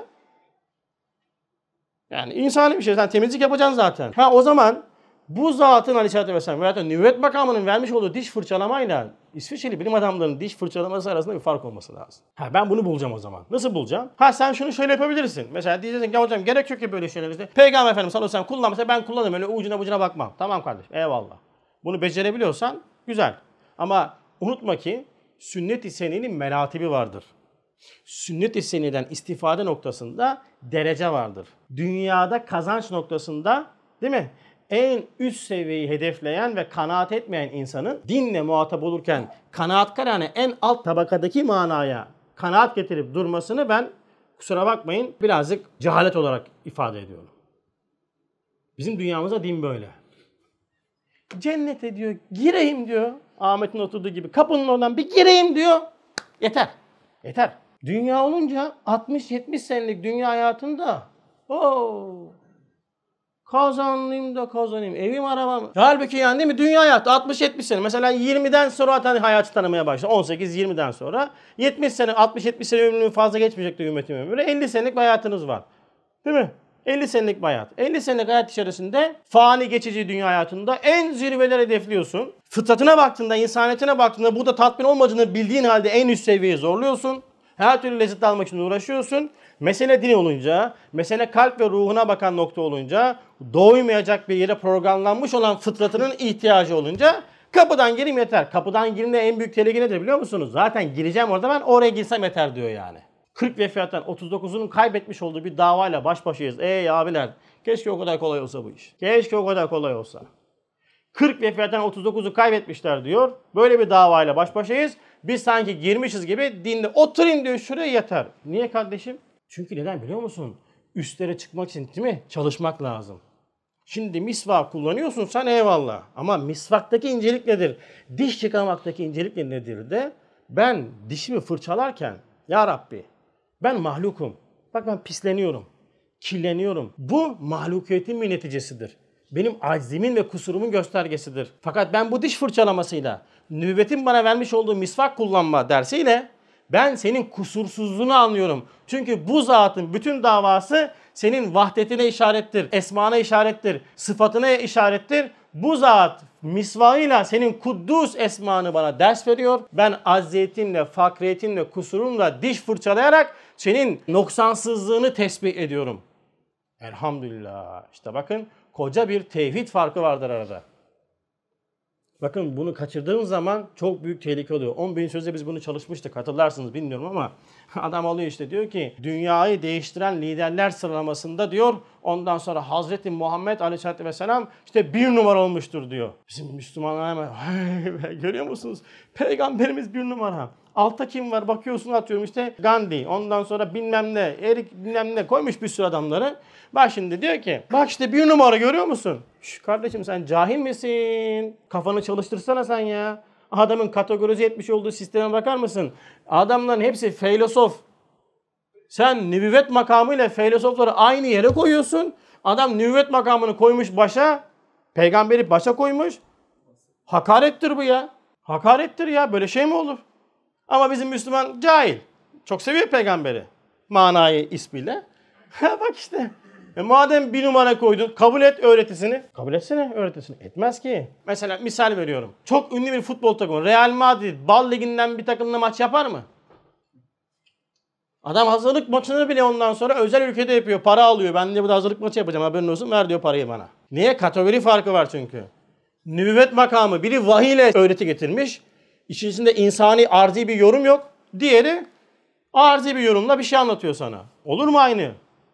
Speaker 1: Yani insani bir şey. Sen temizlik yapacaksın zaten. O zaman bu zatın aleyhissalatü vesselam veyahut da nübüvvet makamının vermiş olduğu diş fırçalamayla İsviçreli bilim adamlarının diş fırçalaması arasında bir fark olması lazım. Ben bunu bulacağım o zaman. Nasıl bulacağım? Sen şunu şöyle yapabilirsin. Mesela diyeceksin ki hocam gerek yok ki böyle şeyler işte. Peygamber Efendimiz sallallahu aleyhi ve sellem kullanmasa ben kullanırım. Öyle ucuna bakmam. Tamam kardeşim. Eyvallah. Bunu becerebiliyorsan güzel. Ama unutma ki sünnet-i seniyyenin meratibi vardır. Sünnet-i seniyeden istifade noktasında derece vardır. Dünyada kazanç noktasında değil mi? En üst seviyeyi hedefleyen ve kanaat etmeyen insanın dinle muhatap olurken kanaatkar yani en alt tabakadaki manaya kanaat getirip durmasını ben kusura bakmayın birazcık cehalet olarak ifade ediyorum. Bizim dünyamızda din böyle. Cennete diyor gireyim diyor. Ahmet'in oturduğu gibi kapının oradan bir gireyim diyor. Yeter. Yeter. Dünya olunca 60-70 senelik dünya hayatında kazanayım da kazanayım. Evim arabam. Halbuki yani değil mi? Dünya hayatı 60-70 sene. Mesela 20'den sonra zaten hayatı tanımaya başladı. 18-20'den sonra. 70 sene, 60-70 sene ömrünün fazla geçmeyecekti ümmetin ömrü. 50 senelik bir hayatınız var. Değil mi? 50 senelik bir hayat. 50 senelik hayat içerisinde fani geçici dünya hayatında en zirveleri hedefliyorsun. Fıtratına baktığında, insaniyetine baktığında burada tatmin olmadığını bildiğin halde en üst seviyeyi zorluyorsun. Her türlü lezzet almak için uğraşıyorsun. Mesele din olunca, mesele kalp ve ruhuna bakan nokta olunca, doymayacak bir yere programlanmış olan fıtratının ihtiyacı olunca kapıdan gireyim yeter. Kapıdan girdiğinde en büyük tehlike nedir biliyor musunuz? Zaten gireceğim orada ben oraya girsem yeter diyor yani. 40 vefattan 39'unun kaybetmiş olduğu bir davayla baş başayız. Ey abiler keşke o kadar kolay olsa bu iş. Keşke o kadar kolay olsa. 40 vefattan 39'u kaybetmişler diyor. Böyle bir davayla baş başayız. Biz sanki girmişiz gibi dinde oturayım diyor şuraya yeter. Niye kardeşim? Çünkü neden biliyor musun? Üstlere çıkmak için değil mi? Çalışmak lazım. Şimdi misvak kullanıyorsun sen eyvallah. Ama misvaktaki incelik nedir? Diş çıkarmaktaki incelik nedir de ben dişimi fırçalarken ya Rabbi ben mahlukum. Bak ben pisleniyorum. Kirleniyorum. Bu mahlukiyetin bir neticesidir. Benim aczimin ve kusurumun göstergesidir. Fakat ben bu diş fırçalamasıyla nübüvvetin bana vermiş olduğu misvak kullanma dersiyle ben senin kusursuzluğunu anlıyorum. Çünkü bu zatın bütün davası senin vahdetine işarettir, esmana işarettir, sıfatına işarettir. Bu zat misvağıyla senin kuddus esmanı bana ders veriyor. Ben azziyetinle, fakriyetinle, kusurumla diş fırçalayarak senin noksansızlığını tespit ediyorum. Elhamdülillah. İşte bakın koca bir tevhid farkı vardır arada. Bakın bunu kaçırdığınız zaman çok büyük tehlike oluyor. 10.000 sözde biz bunu çalışmıştık hatırlarsınız bilmiyorum ama adam alıyor işte diyor ki dünyayı değiştiren liderler sıralamasında diyor ondan sonra Hazreti Muhammed Aleyhisselatü Vesselam işte 1 numara olmuştur diyor. Bizim Müslümanlar hemen görüyor musunuz? Peygamberimiz 1 numara. Altta kim var bakıyorsun atıyorum işte Gandhi ondan sonra bilmem ne Erik bilmem ne koymuş bir sürü adamları. Bak şimdi diyor ki bak işte 1 numara görüyor musun? Şş, kardeşim sen cahil misin? Kafanı çalıştırsana sen ya. Adamın kategorize etmiş olduğu sisteme bakar mısın? Adamların hepsi filozof. Sen nübüvvet makamıyla filozofları aynı yere koyuyorsun. Adam nübüvvet makamını koymuş başa. Peygamberi başa koymuş. Hakarettir bu ya. Hakarettir ya. Böyle şey mi olur? Ama bizim Müslüman cahil. Çok seviyor peygamberi. Manayı ismiyle. Bak işte. Madem bir numara koydun, kabul et öğretisini. Kabul etsene öğretisini. Etmez ki. Mesela misal veriyorum. Çok ünlü bir futbol takımı. Real Madrid, Bal Ligi'nden bir takımla maç yapar mı? Adam hazırlık maçını bile ondan sonra özel ülkede yapıyor. Para alıyor. Ben de burada hazırlık maçı yapacağım. Haberin olsun. Ver diyor parayı bana. Niye? Kategori farkı var çünkü. Nübüvvet makamı. Biri vahiy ile öğreti getirmiş. İçerisinde insani, arzi bir yorum yok. Diğeri arzi bir yorumla bir şey anlatıyor sana. Olur mu aynı?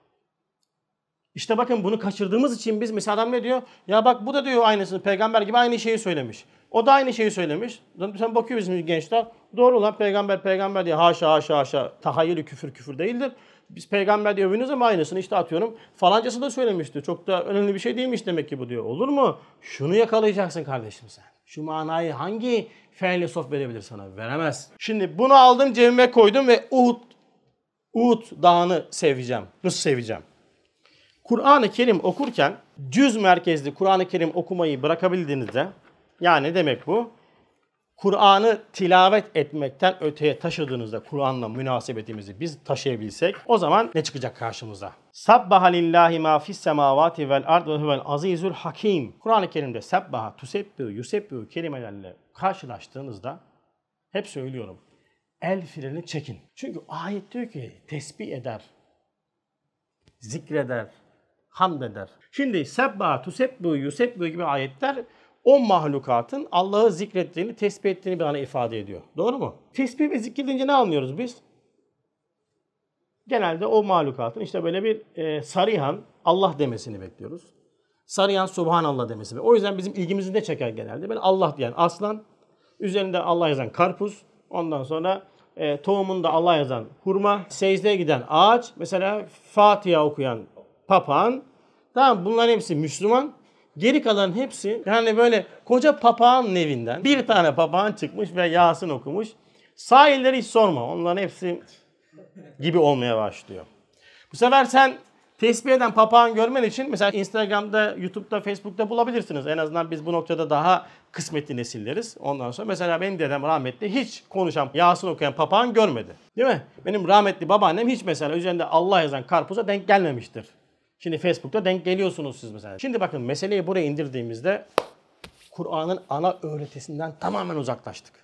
Speaker 1: İşte bakın bunu kaçırdığımız için biz mesela adam ne diyor? Ya bak bu da diyor aynısını peygamber gibi aynı şeyi söylemiş. O da aynı şeyi söylemiş. Sen bakıyor bizim gençler. Doğru lan peygamber diye haşa. Tahayyülü küfür değildir. Biz peygamber diye övünüyoruz ama aynısını işte atıyorum. Falancası da söylemişti. Çok da önemli bir şey değilmiş demek ki bu diyor. Olur mu? Şunu yakalayacaksın kardeşim sen. Şu manayı hangi filozof verebilir sana? Veremez. Şimdi bunu aldım cebime koydum ve Uhud dağını seveceğim. Nasıl seveceğim? Kur'an-ı Kerim okurken cüz merkezli Kur'an-ı Kerim okumayı bırakabildiğinizde yani ne demek bu? Kur'an'ı tilavet etmekten öteye taşıdığınızda Kur'an'la münasebetimizi biz taşıyabilsek o zaman ne çıkacak karşımıza? Sabbaha lillahi ma fis semavati vel ard ve huvel azizul hakim. Kur'an-ı Kerim'de sabbaha, tusebbihu, yusebbihu kelimelerle karşılaştığınızda hep söylüyorum. El freni çekin. Çünkü ayet diyor ki tesbih eder, zikreder, hamd eder. Şimdi sebba, tusebbu, yusebbu gibi ayetler o mahlukatın Allah'ı zikrettiğini, tesbih ettiğini bir ana ifade ediyor. Doğru mu? Tesbih ve zikir deyince ne anlıyoruz biz? Genelde o mahlukatın işte böyle bir sarihan Allah demesini bekliyoruz. Sarihan Subhanallah demesi. O yüzden bizim ilgimizi ne çeker genelde? Böyle Allah diyen aslan, üzerinde Allah yazan karpuz, ondan sonra tohumunda Allah yazan hurma, secdeye giden ağaç, mesela Fatiha okuyan papağan. Tamam, bunların hepsi Müslüman. Geri kalan hepsi yani böyle koca papağan nevinden bir tane papağan çıkmış ve Yasin okumuş. Sahilleri hiç sorma. Onların hepsi gibi olmaya başlıyor. Bu sefer sen tesbih eden papağan görmen için mesela Instagram'da, YouTube'da, Facebook'ta bulabilirsiniz. En azından biz bu noktada daha kısmetli nesilleriz. Ondan sonra mesela benim dedem rahmetli hiç konuşan, Yasin okuyan papağan görmedi. Değil mi? Benim rahmetli babaannem hiç mesela üzerinde Allah yazan karpuza denk gelmemiştir. Şimdi Facebook'ta denk geliyorsunuz siz mesela. Şimdi bakın meseleyi buraya indirdiğimizde Kur'an'ın ana öğretisinden tamamen uzaklaştık.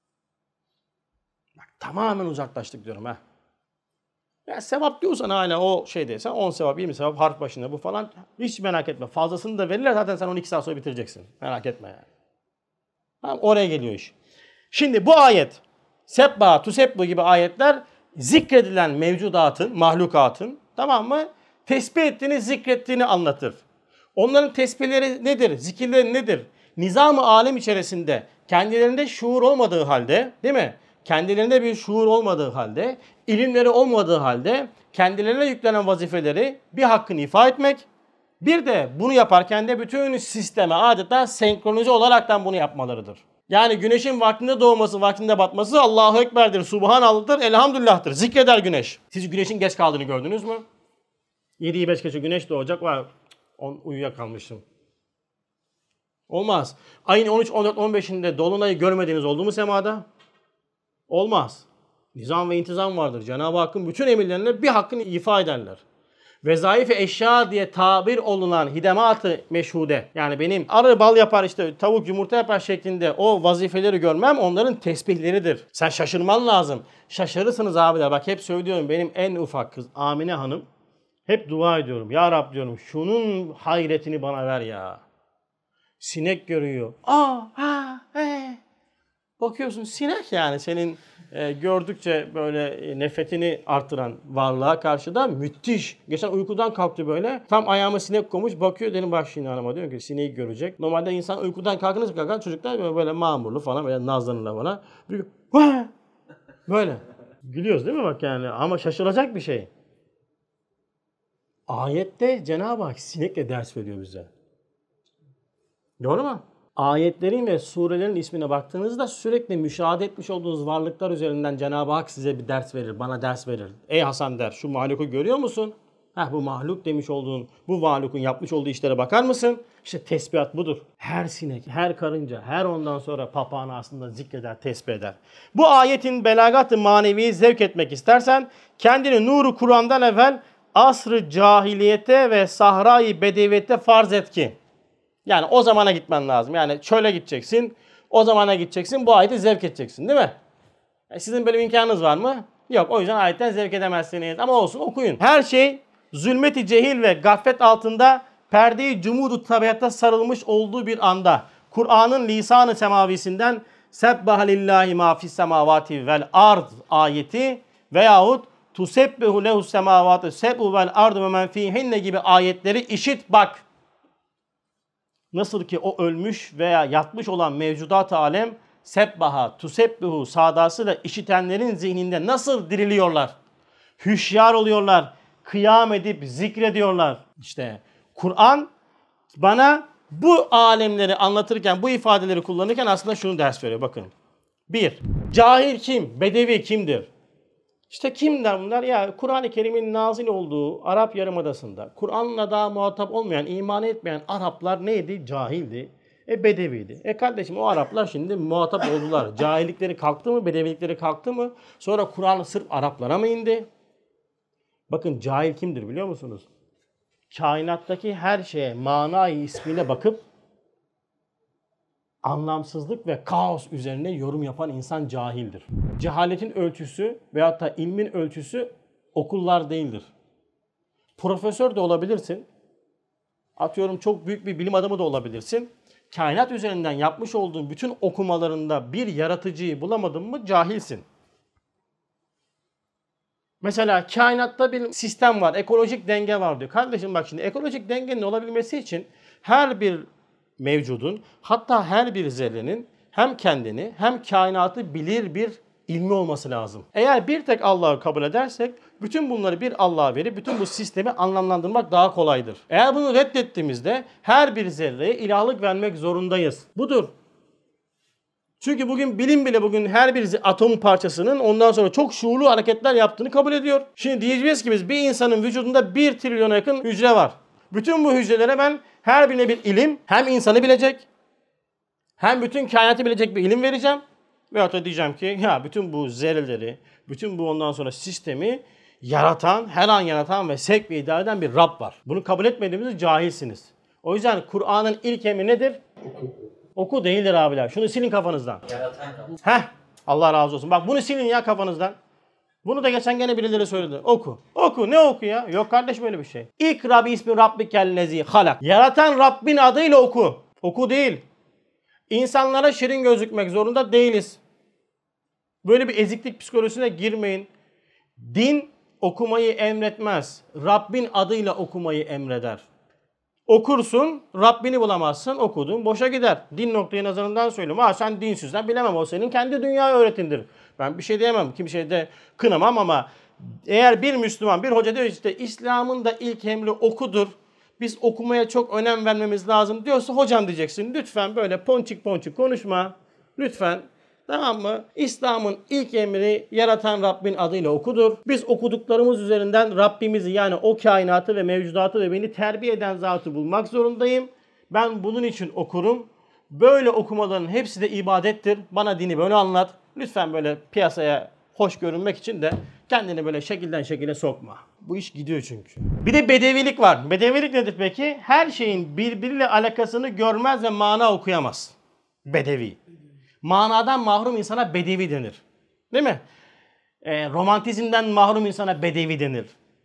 Speaker 1: Bak tamamen uzaklaştık diyorum ha. Ya sevap diyorsan hala o şeydeysen 10 sevap, 20 sevap harf başında bu falan hiç merak etme. Fazlasını da verirler zaten sen 12 saat sonra bitireceksin. Merak etme yani. Tamam, oraya geliyor iş. Şimdi bu ayet sebba, tusebbu gibi ayetler zikredilen mevcudatın, mahlukatın tamam mı? Tesbih ettiğini, zikrettiğini anlatır. Onların tesbihleri nedir? Zikirleri nedir? Nizam-ı alem içerisinde kendilerinde şuur olmadığı halde, değil mi? Kendilerinde bir şuur olmadığı halde, ilimleri olmadığı halde kendilerine yüklenen vazifeleri bir hakkını ifa etmek, bir de bunu yaparken de bütün sisteme adeta senkronize olaraktan bunu yapmalarıdır. Yani güneşin vaktinde doğması, vaktinde batması Allahu Ekber'dir, Subhanallah'tır, Elhamdülillah'tır. Zikreder güneş. Siz güneşin geç kaldığını gördünüz mü? 7'yi 5 geçe güneş doğacak var. Uyuyakalmışım. Olmaz. Ayın 13, 14, 15'inde dolunayı görmediğiniz oldu mu semada? Olmaz. Nizam ve intizam vardır. Cenab-ı Hakk'ın bütün emirlerine bir hakkını ifa ederler. Vezaife eşya diye tabir olunan hidemat-ı meşhude. Yani benim arı bal yapar işte tavuk yumurta yapar şeklinde o vazifeleri görmem onların tesbihleridir. Sen şaşırman lazım. Şaşırırsınız abiler. Bak hep söylüyorum benim en ufak kız Amine Hanım. Hep dua ediyorum. Ya Rab diyorum şunun hayretini bana ver ya. Sinek görüyor. Bakıyorsun sinek yani senin gördükçe böyle nefretini artıran varlığa karşı da müthiş. Geçen uykudan kalktı böyle. Tam ayağıma sinek koymuş. Bakıyor dedim bak şimdi hanıma diyor ki sineği görecek. Normalde insan uykudan kalkan çocuklar böyle mamurlu falan böyle nazlanırlar bana. Böyle. Gülüyoruz değil mi bak yani ama şaşılacak bir şey. Ayette Cenab-ı Hak sinekle ders veriyor bize. Doğru mu? Ayetlerin ve surelerin ismine baktığınızda sürekli müşahede etmiş olduğunuz varlıklar üzerinden Cenab-ı Hak size bir ders verir, bana ders verir. Ey Hasan der, şu mahluku görüyor musun? Bu mahluk demiş olduğun, bu mahlukun yapmış olduğu işlere bakar mısın? İşte tesbihat budur. Her sinek, her karınca, her ondan sonra papağanı aslında zikreder, tesbih eder. Bu ayetin belagat-ı maneviyi zevk etmek istersen, kendini nuru Kur'an'dan evvel asr-ı cahiliyete ve sahra-i bedeviyete farz et ki. Yani o zamana gitmen lazım. Yani çöle gideceksin, o zamana gideceksin, bu ayeti zevk edeceksin değil mi? Sizin böyle bir imkanınız var mı? Yok. O yüzden ayetten zevk edemezsiniz. Ama olsun, okuyun. Her şey zulmeti cehil ve gaflet altında perde-i cumudu tabiatta sarılmış olduğu bir anda Kur'an'ın lisan-ı semavisinden Sebbaha lillahi ma fis semavati vel ard ayeti veyahut Tusebbihu lehus semavati seb'u vel ardu ve men fihinne gibi ayetleri işit bak. Nasıl ki o ölmüş veya yatmış olan mevcudat-ı alem sebbaha, tusebbihu sadasıyla işitenlerin zihninde nasıl diriliyorlar? Hüşyar oluyorlar, kıyam edip zikrediyorlar. İşte Kur'an bana bu alemleri anlatırken, bu ifadeleri kullanırken aslında şunu ders veriyor. Bakın. 1. Cahil kim? Bedevi kimdir? İşte kimler bunlar? Ya Kur'an-ı Kerim'in nazil olduğu Arap Yarımadası'nda Kur'an'la daha muhatap olmayan, iman etmeyen Araplar neydi? Cahildi. Bedeviydi. Kardeşim o Araplar şimdi muhatap oldular. Cahillikleri kalktı mı? Bedevilikleri kalktı mı? Sonra Kur'an sırf Araplara mı indi? Bakın cahil kimdir biliyor musunuz? Kainattaki her şeye manayı ismiyle bakıp anlamsızlık ve kaos üzerine yorum yapan insan cahildir. Cehaletin ölçüsü veyahut da ilmin ölçüsü okullar değildir. Profesör de olabilirsin. Atıyorum çok büyük bir bilim adamı da olabilirsin. Kainat üzerinden yapmış olduğun bütün okumalarında bir yaratıcıyı bulamadın mı cahilsin. Mesela kainatta bir sistem var, ekolojik denge var diyor. Kardeşim bak şimdi ekolojik dengenin olabilmesi için her bir mevcudun, hatta her bir zerrenin hem kendini hem kainatı bilir bir ilmi olması lazım. Eğer bir tek Allah'ı kabul edersek bütün bunları bir Allah'a verip bütün bu sistemi anlamlandırmak daha kolaydır. Eğer bunu reddettiğimizde her bir zerreye ilahlık vermek zorundayız. Budur. Çünkü bugün bilim bile bugün her bir atom parçasının ondan sonra çok şuurlu hareketler yaptığını kabul ediyor. Şimdi diyeceğiz ki biz bir insanın vücudunda 1 trilyona yakın hücre var. Bütün bu hücrelere ben her birine bir ilim, hem insanı bilecek, hem bütün kainatı bilecek bir ilim vereceğim. Veyahut da diyeceğim ki ya bütün bu zerreleri, bütün bu ondan sonra sistemi yaratan, her an yaratan ve sevk ve idare eden bir Rab var. Bunu kabul etmediğimizde cahilsiniz. O yüzden Kur'an'ın ilk emri nedir? Oku değildir abiler. Şunu silin kafanızdan. Allah razı olsun. Bak bunu silin ya kafanızdan. Bunu da geçen gene birileri söyledi. Oku. Oku. Ne oku ya? Yok kardeş böyle bir şey. İkra bi ismi rabbikellezi halak. Yaratan Rabbin adıyla oku. Oku değil. İnsanlara şirin gözükmek zorunda değiliz. Böyle bir eziklik psikolojisine girmeyin. Din okumayı emretmez. Rabbin adıyla okumayı emreder. Okursun, Rabbini bulamazsın, okudun, boşa gider. Din noktayı nazarından söylüyorum. Ha sen dinsizden bilemem, o senin kendi dünya öğretindir. Ben bir şey diyemem, kimseye de kınamam ama eğer bir Müslüman, bir hoca diyor işte İslam'ın da ilk emri okudur. Biz okumaya çok önem vermemiz lazım diyorsa hocam diyeceksin. Lütfen böyle ponçik ponçik konuşma. Lütfen. Tamam mı? İslam'ın ilk emri yaratan Rabbin adıyla okudur. Biz okuduklarımız üzerinden Rabbimizi yani o kainatı ve mevcudatı ve beni terbiye eden zatı bulmak zorundayım. Ben bunun için okurum. Böyle okumaların hepsi de ibadettir. Bana dini böyle anlat. Lütfen böyle piyasaya hoş görünmek için de kendini böyle şekilden şekile sokma. Bu iş gidiyor çünkü. Bir de bedevilik var. Bedevilik nedir peki? Her şeyin birbiriyle alakasını görmez ve mana okuyamaz. Bedevi. Manadan mahrum insana bedevi denir. Değil mi? Romantizmden mahrum insana bedevi denir.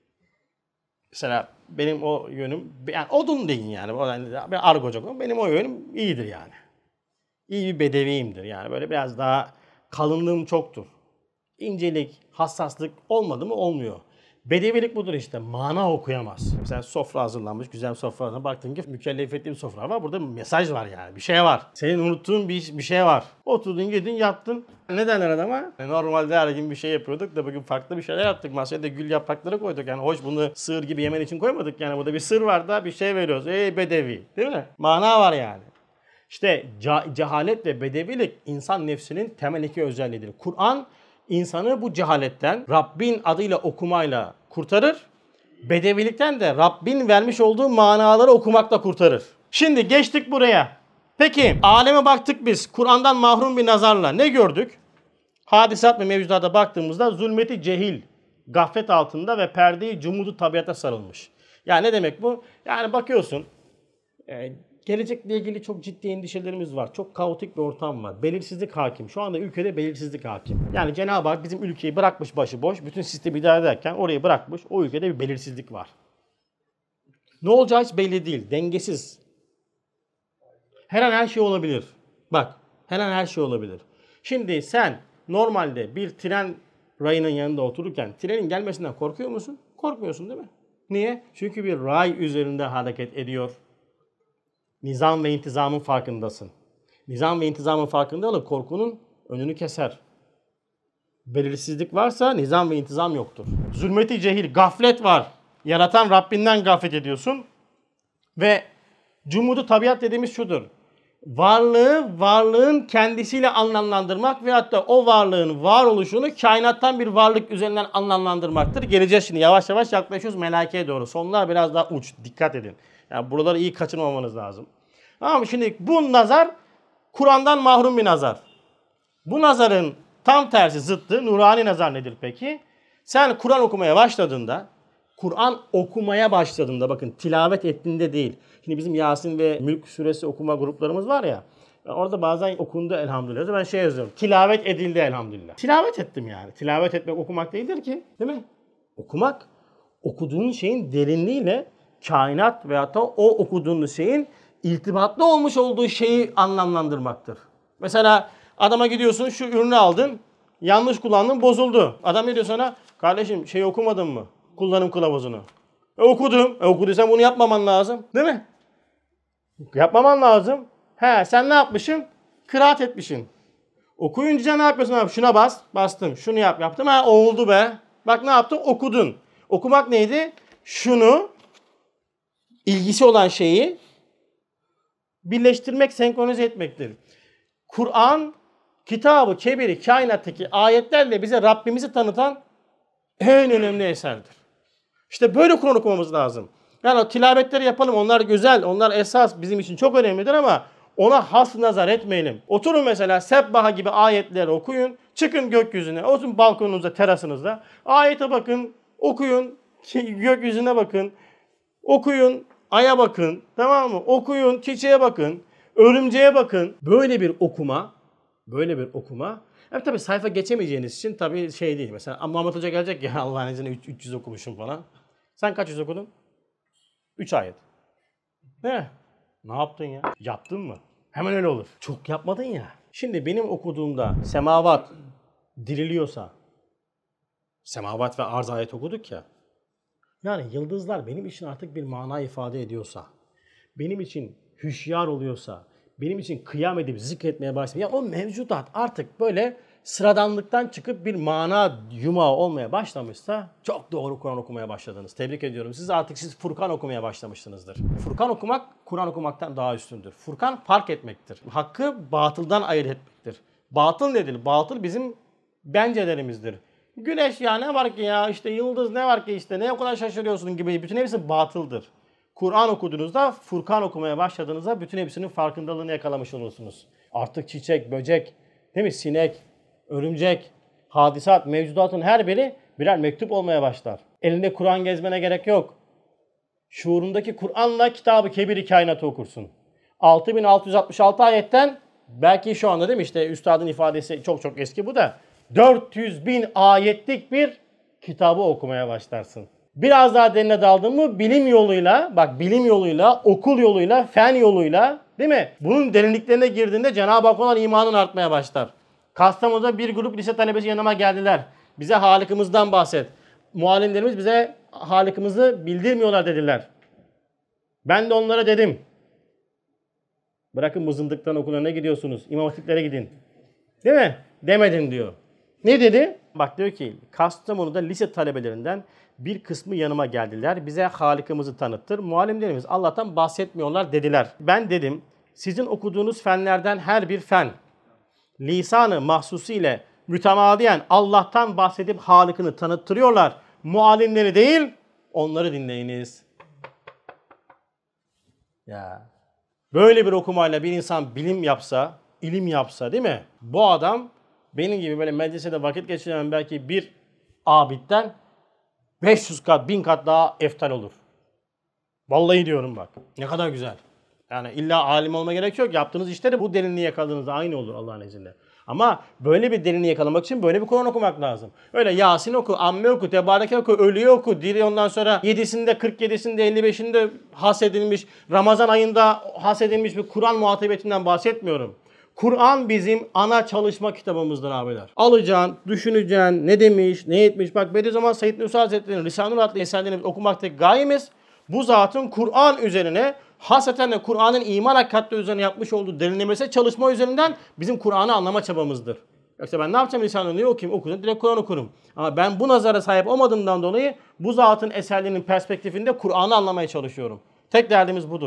Speaker 1: Mesela benim o yönüm, yani odun deyin yani. Ben argoca, benim o yönüm iyidir yani. İyi bir bedeviyimdir yani. Böyle biraz daha kalınlığım çoktur. İncelik, hassaslık olmadı mı olmuyor. Bedevilik budur işte. Mana okuyamaz. Mesela sofra hazırlanmış. Güzel bir sofra hazırlanmış. Baktın ki mükellefiyetli bir sofra var. Burada bir mesaj var yani. Bir şey var. Senin unuttuğun bir şey var. Oturdun, yedin, yattın. Ne derler adama? Normalde her gün bir şey yapıyorduk da bugün farklı bir şeyler yaptık. Masaya da gül yaprakları koyduk. Yani hoş bunu sığır gibi yemen için koymadık. Yani burada bir sır var da bir şey veriyoruz. Ey bedevi. Değil mi? Mana var yani. İşte cehalet ve bedevilik insan nefsinin temel iki özelliğidir. Kur'an insanı bu cehaletten Rabbin adıyla okumayla kurtarır. Bedevilikten de Rabbin vermiş olduğu manaları okumakla kurtarır. Şimdi geçtik buraya. Peki aleme baktık biz. Kur'an'dan mahrum bir nazarla ne gördük? Hadisat ve mevcudata baktığımızda zulmeti cehil gaflet altında ve perdeyi cumudu tabiata sarılmış. Yani ne demek bu? Yani bakıyorsun gelecekle ilgili çok ciddi endişelerimiz var. Çok kaotik bir ortam var. Belirsizlik hakim. Şu anda ülkede belirsizlik hakim. Yani Cenab-ı Hak bizim ülkeyi bırakmış başıboş. Bütün sistemi idare ederken orayı bırakmış. O ülkede bir belirsizlik var. Ne olacağı hiç belli değil. Dengesiz. Her an her şey olabilir. Bak, her an her şey olabilir. Şimdi sen normalde bir tren rayının yanında otururken trenin gelmesinden korkuyor musun? Korkmuyorsun değil mi? Niye? Çünkü bir ray üzerinde hareket ediyor. Nizam ve intizamın farkındasın. Nizam ve intizamın farkındalık korkunun önünü keser. Belirsizlik varsa nizam ve intizam yoktur. Zulmeti cehil, gaflet var. Yaratan Rabbinden gaflet ediyorsun. Ve cumudu tabiat dediğimiz şudur. Varlığın kendisiyle anlamlandırmak ve hatta o varlığın varoluşunu kainattan bir varlık üzerinden anlamlandırmaktır. Geleceğiz şimdi yavaş yavaş yaklaşıyoruz melaikeye doğru. Sonlar biraz daha uç. Dikkat edin. Yani buraları iyi kaçırmamanız lazım. Ama şimdi bu nazar Kur'an'dan mahrum bir nazar. Bu nazarın tam tersi zıttı nurani nazar nedir peki? Sen Kur'an okumaya başladığında bakın tilavet ettiğinde değil. Şimdi bizim Yasin ve Mülk suresi okuma gruplarımız var ya. Orada bazen okundu elhamdülillah. Ben yazıyorum. Tilavet edildi elhamdülillah. Tilavet ettim yani. Tilavet etmek okumak değildir ki. Değil mi? Okumak okuduğun şeyin derinliğiyle kainat veyahut da o okuduğunuz şeyin irtibatlı olmuş olduğu şeyi anlamlandırmaktır. Mesela adama gidiyorsun şu ürünü aldın. Yanlış kullandın bozuldu. Adam ne diyor sana? Kardeşim okumadın mı? Kullanım kılavuzunu. Okudum. Okuduysan bunu yapmaman lazım. Değil mi? Yapmaman lazım. Sen ne yapmışsın? Kıraat etmişsin. Okuyunca ne yapıyorsun abi? Şuna bas. Bastım. Şunu yaptım. Oldu be. Bak ne yaptın? Okudun. Okumak neydi? Şunu ilgisi olan şeyi birleştirmek, senkronize etmektir. Kur'an, kitabı, kebiri, kainattaki ayetlerle bize Rabbimizi tanıtan en önemli eserdir. İşte böyle Kur'an okumamız lazım. Yani o tilavetleri yapalım. Onlar güzel, onlar esas bizim için çok önemlidir ama ona has nazar etmeyelim. Oturun mesela Sebbaha gibi ayetleri okuyun. Çıkın gökyüzüne, oturun balkonunuzda, terasınızda. Ayete bakın, okuyun, gökyüzüne bakın. Okuyun, aya bakın, tamam mı? Okuyun, çiçeğe bakın, örümceğe bakın. Böyle bir okuma. Evet tabii sayfa geçemeyeceğiniz için tabii değil. Mesela Muhammed Hoca gelecek ya Allah'ın izniyle 300 okumuşum falan. Sen kaç yüz okudun? 3 ayet. Ne yaptın ya? Yaptın mı? Hemen öyle olur. Çok yapmadın ya. Şimdi benim okuduğumda semavat diriliyorsa, semavat ve arz ayet okuduk ya. Yani yıldızlar benim için artık bir mana ifade ediyorsa, benim için hüşyar oluyorsa, benim için kıyam edip zikretmeye başlıyor. Ya o mevcudat artık böyle sıradanlıktan çıkıp bir mana yumağı olmaya başlamışsa çok doğru Kur'an okumaya başladınız. Tebrik ediyorum. Siz Furkan okumaya başlamışsınızdır. Furkan okumak Kur'an okumaktan daha üstündür. Furkan fark etmektir. Hakkı batıldan ayırt etmektir. Batıl nedir? Batıl bizim bencelerimizdir. Güneş ya ne var ki ya işte yıldız ne var ki işte ne o kadar şaşırıyorsun gibi bütün hepsi batıldır. Kur'an okuduğunuzda, Furkan okumaya başladığınızda bütün hepsinin farkındalığını yakalamış olursunuz. Artık çiçek, böcek, değil mi? Sinek, örümcek, hadisat, mevcudatın her biri birer mektup olmaya başlar. Elinde Kur'an gezmene gerek yok. Şuurundaki Kur'an'la kitabı kebiri kainatı okursun. 6666 ayetten belki şu anda değil mi işte üstadın ifadesi çok eski bu da 400.000 ayetlik bir kitabı okumaya başlarsın. Biraz daha derine daldın mı bilim yoluyla, okul yoluyla, fen yoluyla değil mi? Bunun derinliklerine girdiğinde Cenab-ı Hak olan imanın artmaya başlar. Kastamonu'da bir grup lise talebesi yanıma geldiler. Bize Halık'ımızdan bahset. Muallimlerimiz bize Halık'ımızı bildirmiyorlar dediler. Ben de onlara dedim. Bırakın bu zındıktan okullarına gidiyorsunuz. İmam hatiplere gidin. Değil mi? Demedim diyor. Ne dedi? Bak diyor ki Kastamonu'da lise talebelerinden bir kısmı yanıma geldiler. Bize Halık'ımızı tanıttır. Muallimlerimiz Allah'tan bahsetmiyorlar dediler. Ben dedim sizin okuduğunuz fenlerden her bir fen lisanı mahsusu ile mütemadiyen Allah'tan bahsedip Halık'ını tanıttırıyorlar. Muallimleri değil onları dinleyiniz. Ya böyle bir okumayla bir insan bilim yapsa, ilim yapsa değil mi? Bu adam benim gibi böyle medresede vakit geçiren belki bir abidden 500 kat, 1000 kat daha eftal olur. Vallahi diyorum bak. Ne kadar güzel. Yani illa alim olma gerek yok. Yaptığınız işleri bu derinliği yakaladığınızda aynı olur Allah'ın izniyle. Ama böyle bir derinliği yakalamak için böyle bir Kur'an okumak lazım. Öyle Yasin oku, Amme oku, Tebareke oku, Ölü'yü oku, diri ondan sonra 7'sinde, 47'sinde, 55'inde hasedilmiş, Ramazan ayında hasedilmiş bir Kur'an muhatabetinden bahsetmiyorum. Kur'an bizim ana çalışma kitabımızdır abiler. Alacaksın, düşüneceksin, ne demiş, ne etmiş. Bak Bediüzzaman Said Nursi Hazretleri'nin Risale-i Nur adlı eserlerini okumaktaki gayemiz bu zatın Kur'an üzerine hasreten de Kur'an'ın iman hakikatleri üzerine yapmış olduğu derinlemesine çalışma üzerinden bizim Kur'an'ı anlama çabamızdır. Yoksa ben ne yapacağım Risale-i Nur'u okuyayım, okudum, direkt Kur'an okurum. Ama ben bu nazara sahip olmadığımdan dolayı bu zatın eserlerinin perspektifinde Kur'an'ı anlamaya çalışıyorum. Tek derdimiz budur.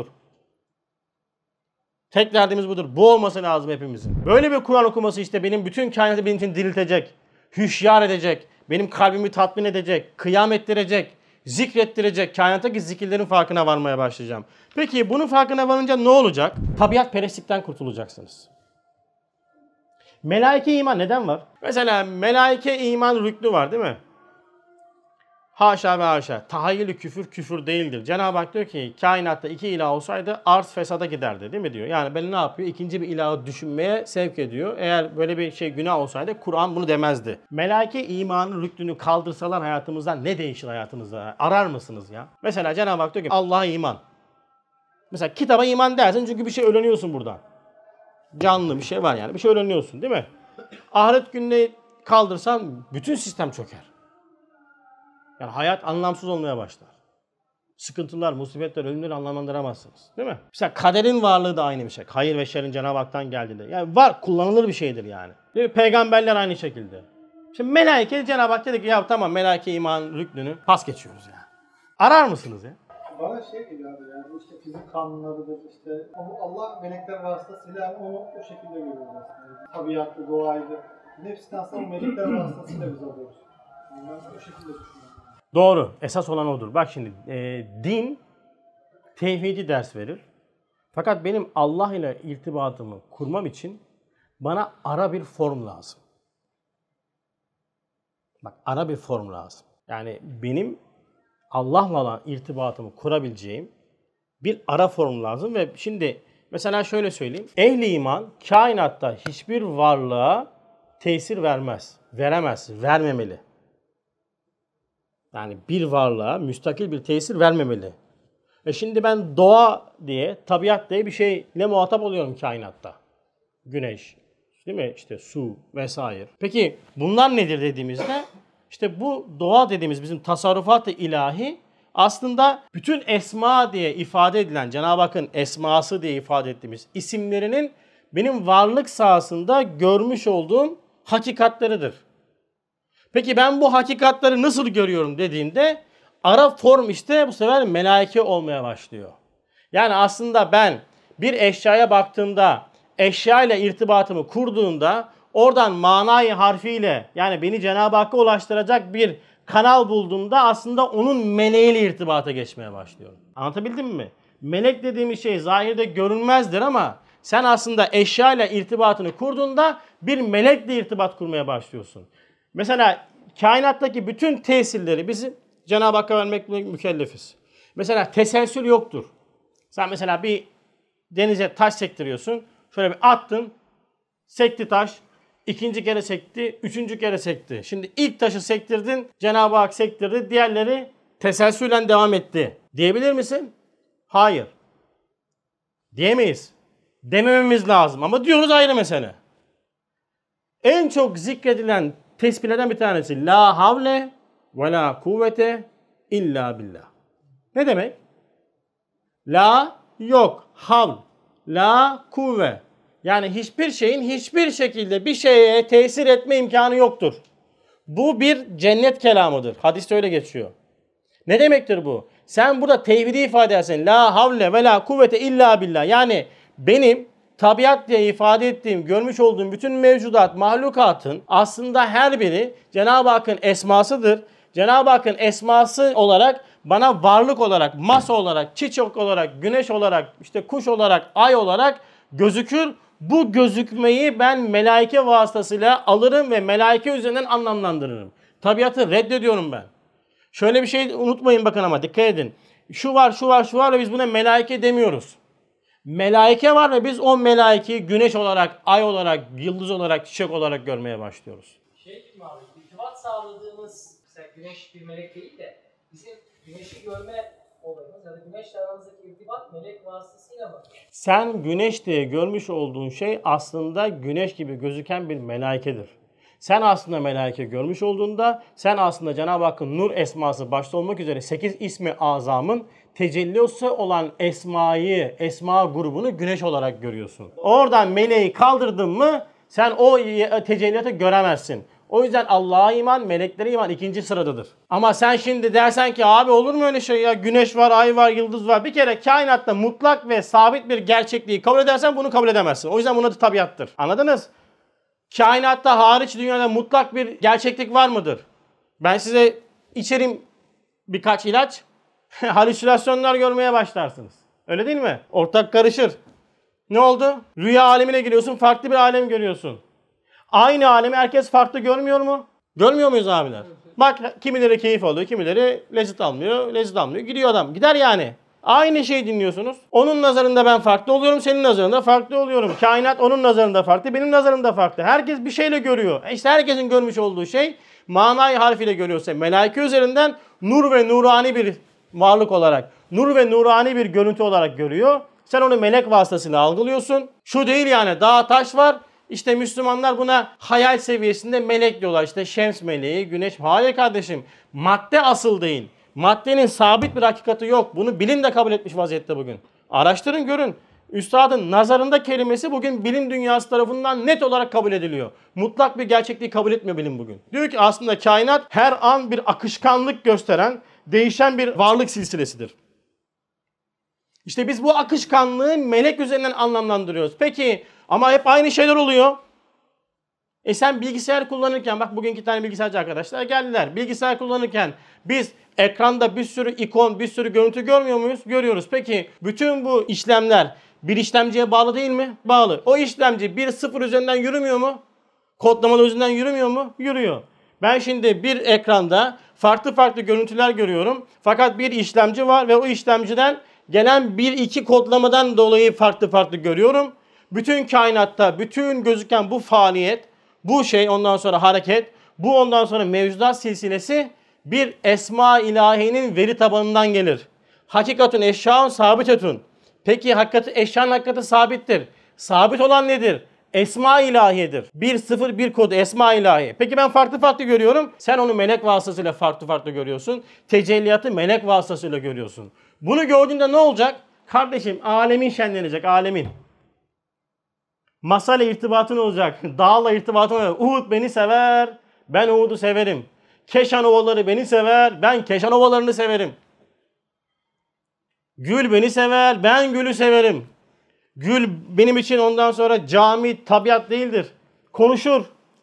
Speaker 1: Tek derdimiz budur. Bu olması lazım hepimizin. Böyle bir Kur'an okuması işte benim bütün kainatı benim için diriltecek, hüşyar edecek, benim kalbimi tatmin edecek, kıyam ettirecek, zikrettirecek, kainattaki zikirlerin farkına varmaya başlayacağım. Peki bunun farkına varınca ne olacak? Tabiatperestlikten kurtulacaksınız. Melaike iman neden var? Mesela melaike iman rüknü var değil mi? Haşa ve haşa. Tahayyülü küfür değildir. Cenab-ı Hak diyor ki kainatta iki ilah olsaydı arz fesada giderdi değil mi diyor. Yani beni ne yapıyor? İkinci bir ilahı düşünmeye sevk ediyor. Eğer böyle bir şey günah olsaydı Kur'an bunu demezdi. Melaike imanın rüknünü kaldırsalar hayatımızdan ne değişir hayatımızda? Arar mısınız ya? Mesela Cenab-ı Hak diyor ki Allah'a iman. Mesela kitaba iman dersin çünkü bir şey öğreniyorsun buradan. Canlı bir şey var yani. Bir şey öğreniyorsun değil mi? Ahiret gününe kaldırsan bütün sistem çöker. Yani hayat anlamsız olmaya başlar. Sıkıntılar, musibetler, ölümleri anlamlandıramazsınız. Değil mi? Mesela kaderin varlığı da aynı bir şey. Hayır ve şerrin Cenab-ı Hak'tan geldiğinde. Yani var, kullanılır bir şeydir yani. Değil mi? Peygamberler aynı şekilde. Şimdi melaike Cenab-ı Hak dedi ki ya tamam melaike iman rüknünü pas geçiyoruz ya. Arar mısınız ya?
Speaker 3: Bana şey geliyor abi yani işte fizik kanunlarıdır işte Allah melekler vasıtasıyla yani onu o şekilde görüyoruz aslında. Yani tabiatlı, doğaydı. Hepsini aslında melekler vasıtasıyla biz alıyoruz. Yani ben o şekilde düşünüyorum.
Speaker 1: Doğru. Esas olan odur. Bak şimdi din tevhidi ders verir. Fakat benim Allah ile irtibatımı kurmam için bana ara bir form lazım. Bak ara bir form lazım. Yani benim Allah'la olan irtibatımı kurabileceğim bir ara form lazım ve şimdi mesela şöyle söyleyeyim. Ehli iman kainatta hiçbir varlığa tesir vermez, veremez, vermemeli. Yani bir varlığa müstakil bir tesir vermemeli. Şimdi ben doğa diye, tabiat diye bir şeyle muhatap oluyorum kainatta. Güneş, değil mi? İşte su vesaire. Peki bunlar nedir dediğimizde işte bu doğa dediğimiz bizim tasarrufat-ı ilahi aslında bütün esma diye ifade edilen, Cenab-ı Hakk'ın esması diye ifade ettiğimiz isimlerinin benim varlık sahasında görmüş olduğum hakikatleridir. Peki ben bu hakikatleri nasıl görüyorum dediğimde ara form işte bu sefer melaike olmaya başlıyor. Yani aslında ben bir eşyaya baktığımda, eşya ile irtibatımı kurduğumda oradan manayı harfiyle yani beni Cenab-ı Hakk'a ulaştıracak bir kanal bulduğumda aslında onun meleğiyle irtibata geçmeye başlıyorum. Anlatabildim mi? Melek dediğimiz şey zahirde görünmezdir ama sen aslında eşya ile irtibatını kurduğunda bir melekle irtibat kurmaya başlıyorsun. Mesela kainattaki bütün tesirleri bizim Cenab-ı Hakk'a vermekle mükellefiz. Mesela teselsül yoktur. Sen mesela bir denize taş sektiriyorsun. Şöyle bir attın. Sekti taş. İkinci kere sekti. Üçüncü kere sekti. Şimdi ilk taşı sektirdin. Cenab-ı Hak sektirdi. Diğerleri teselsülen devam etti. Diyebilir misin? Hayır. Diyemeyiz. Demememiz lazım. Ama diyoruz ayrı mesele. En çok zikredilen tesbihlerden bir tanesi. La havle ve la kuvvete illa billah. Ne demek? La yok. Havl. La kuvve. Yani hiçbir şeyin hiçbir şekilde bir şeye tesir etme imkanı yoktur. Bu bir cennet kelamıdır. Hadiste öyle geçiyor. Ne demektir bu? Sen burada tevhidi ifade edersin. La havle ve la kuvvete illa billah. Yani benim tabiat diye ifade ettiğim, görmüş olduğum bütün mevcudat, mahlukatın aslında her biri Cenab-ı Hakk'ın esmasıdır. Cenab-ı Hakk'ın esması olarak bana varlık olarak, masa olarak, çiçek olarak, güneş olarak, işte kuş olarak, ay olarak gözükür. Bu gözükmeyi ben melaike vasıtasıyla alırım ve melaike üzerinden anlamlandırırım. Tabiatı reddediyorum ben. Şöyle bir şey unutmayın bakın ama dikkat edin. Şu var, şu var, şu var ve biz buna melaike demiyoruz. Melaike var ve biz o melaikeyi güneş olarak, ay olarak, yıldız olarak, çiçek olarak görmeye başlıyoruz.
Speaker 4: Şey gibi abi, irtibat sağladığımız, mesela güneş bir melek değil de bizim güneşi görme olayımız ya da güneşle aramızdaki irtibat melek vasıtasıyla mı?
Speaker 1: Sen güneş diye görmüş olduğun şey aslında güneş gibi gözüken bir melaikedir. Sen aslında melaike görmüş olduğunda sen aslında Cenab-ı Hakk'ın nur esması başta olmak üzere 8 ismi azamın tecellisi olan esmayı, esma grubunu güneş olarak görüyorsun. Oradan meleği kaldırdın mı sen o tecelliyatı göremezsin. O yüzden Allah'a iman, meleklere iman ikinci sıradadır. Ama sen şimdi dersen ki abi olur mu öyle şey ya? Güneş var, ay var, yıldız var. Bir kere kainatta mutlak ve sabit bir gerçekliği kabul edersen bunu kabul edemezsin. O yüzden bunun adı tabiattır. Anladınız? Kainatta hariç dünyada mutlak bir gerçeklik var mıdır? Ben size içerim birkaç ilaç, halüsinasyonlar görmeye başlarsınız. Öyle değil mi? Ortak karışır. Ne oldu? Rüya alemine giriyorsun, farklı bir alem görüyorsun. Aynı alemi herkes farklı görmüyor mu? Görmüyor muyuz abiler? Bak kimileri keyif alıyor, kimileri lezzet almıyor, gidiyor adam. Gider yani. Aynı şeyi dinliyorsunuz. Onun nazarında ben farklı oluyorum, senin nazarında farklı oluyorum. Kainat onun nazarında farklı, benim nazarımda farklı. Herkes bir şeyle görüyor. İşte herkesin görmüş olduğu şey manayı harfiyle görüyorsa melaike üzerinden nur ve nurani bir varlık olarak, nur ve nurani bir görüntü olarak görüyor. Sen onu melek vasıtasıyla algılıyorsun. Şu değil yani dağ taş var. İşte Müslümanlar buna hayal seviyesinde melek diyorlar. İşte şems meleği, güneş. Hayır kardeşim. Madde asıl değil. Maddenin sabit bir hakikati yok. Bunu bilim de kabul etmiş vaziyette bugün. Araştırın görün. Üstadın nazarında kelimesi bugün bilim dünyası tarafından net olarak kabul ediliyor. Mutlak bir gerçekliği kabul etmiyor bilim bugün. Diyor ki aslında kainat her an bir akışkanlık gösteren, değişen bir varlık silsilesidir. İşte biz bu akışkanlığı melek üzerinden anlamlandırıyoruz. Peki ama hep aynı şeyler oluyor. Sen bilgisayar kullanırken, bak bugün 2 tane bilgisayarcı arkadaşlar geldiler. Bilgisayar kullanırken biz ekranda bir sürü ikon, bir sürü görüntü görmüyor muyuz? Görüyoruz. Peki bütün bu işlemler bir işlemciye bağlı değil mi? Bağlı. O işlemci 1-0 üzerinden yürümüyor mu? Kodlamalı üzerinden yürümüyor mu? Yürüyor. Ben şimdi bir ekranda farklı farklı görüntüler görüyorum. Fakat bir işlemci var ve o işlemciden gelen 1-2 kodlamadan dolayı farklı farklı görüyorum. Bütün kainatta, bütün gözüken bu faaliyet, bu şey ondan sonra hareket, bu ondan sonra mevcudat silsilesi bir esma ilahinin veri tabanından gelir. Hakikatun eşyaun sabitetun. Peki eşyanın hakikati sabittir. Sabit olan nedir? Esma ilahiyedir. 1-0-1 kodu esma ilahi. Peki ben farklı farklı görüyorum. Sen onu melek vasıtasıyla farklı farklı görüyorsun. Tecelliyatı melek vasıtasıyla görüyorsun. Bunu gördüğünde ne olacak? Kardeşim alemin şenlenecek, alemin. Masayla irtibatın olacak. Dağla irtibatın olacak. Uhud beni sever, ben Uhud'u severim. Keşan ovaları beni sever, ben Keşan ovalarını severim. Gül beni sever, ben gülü severim. Gül benim için ondan sonra cami, tabiat değildir. Konuşur.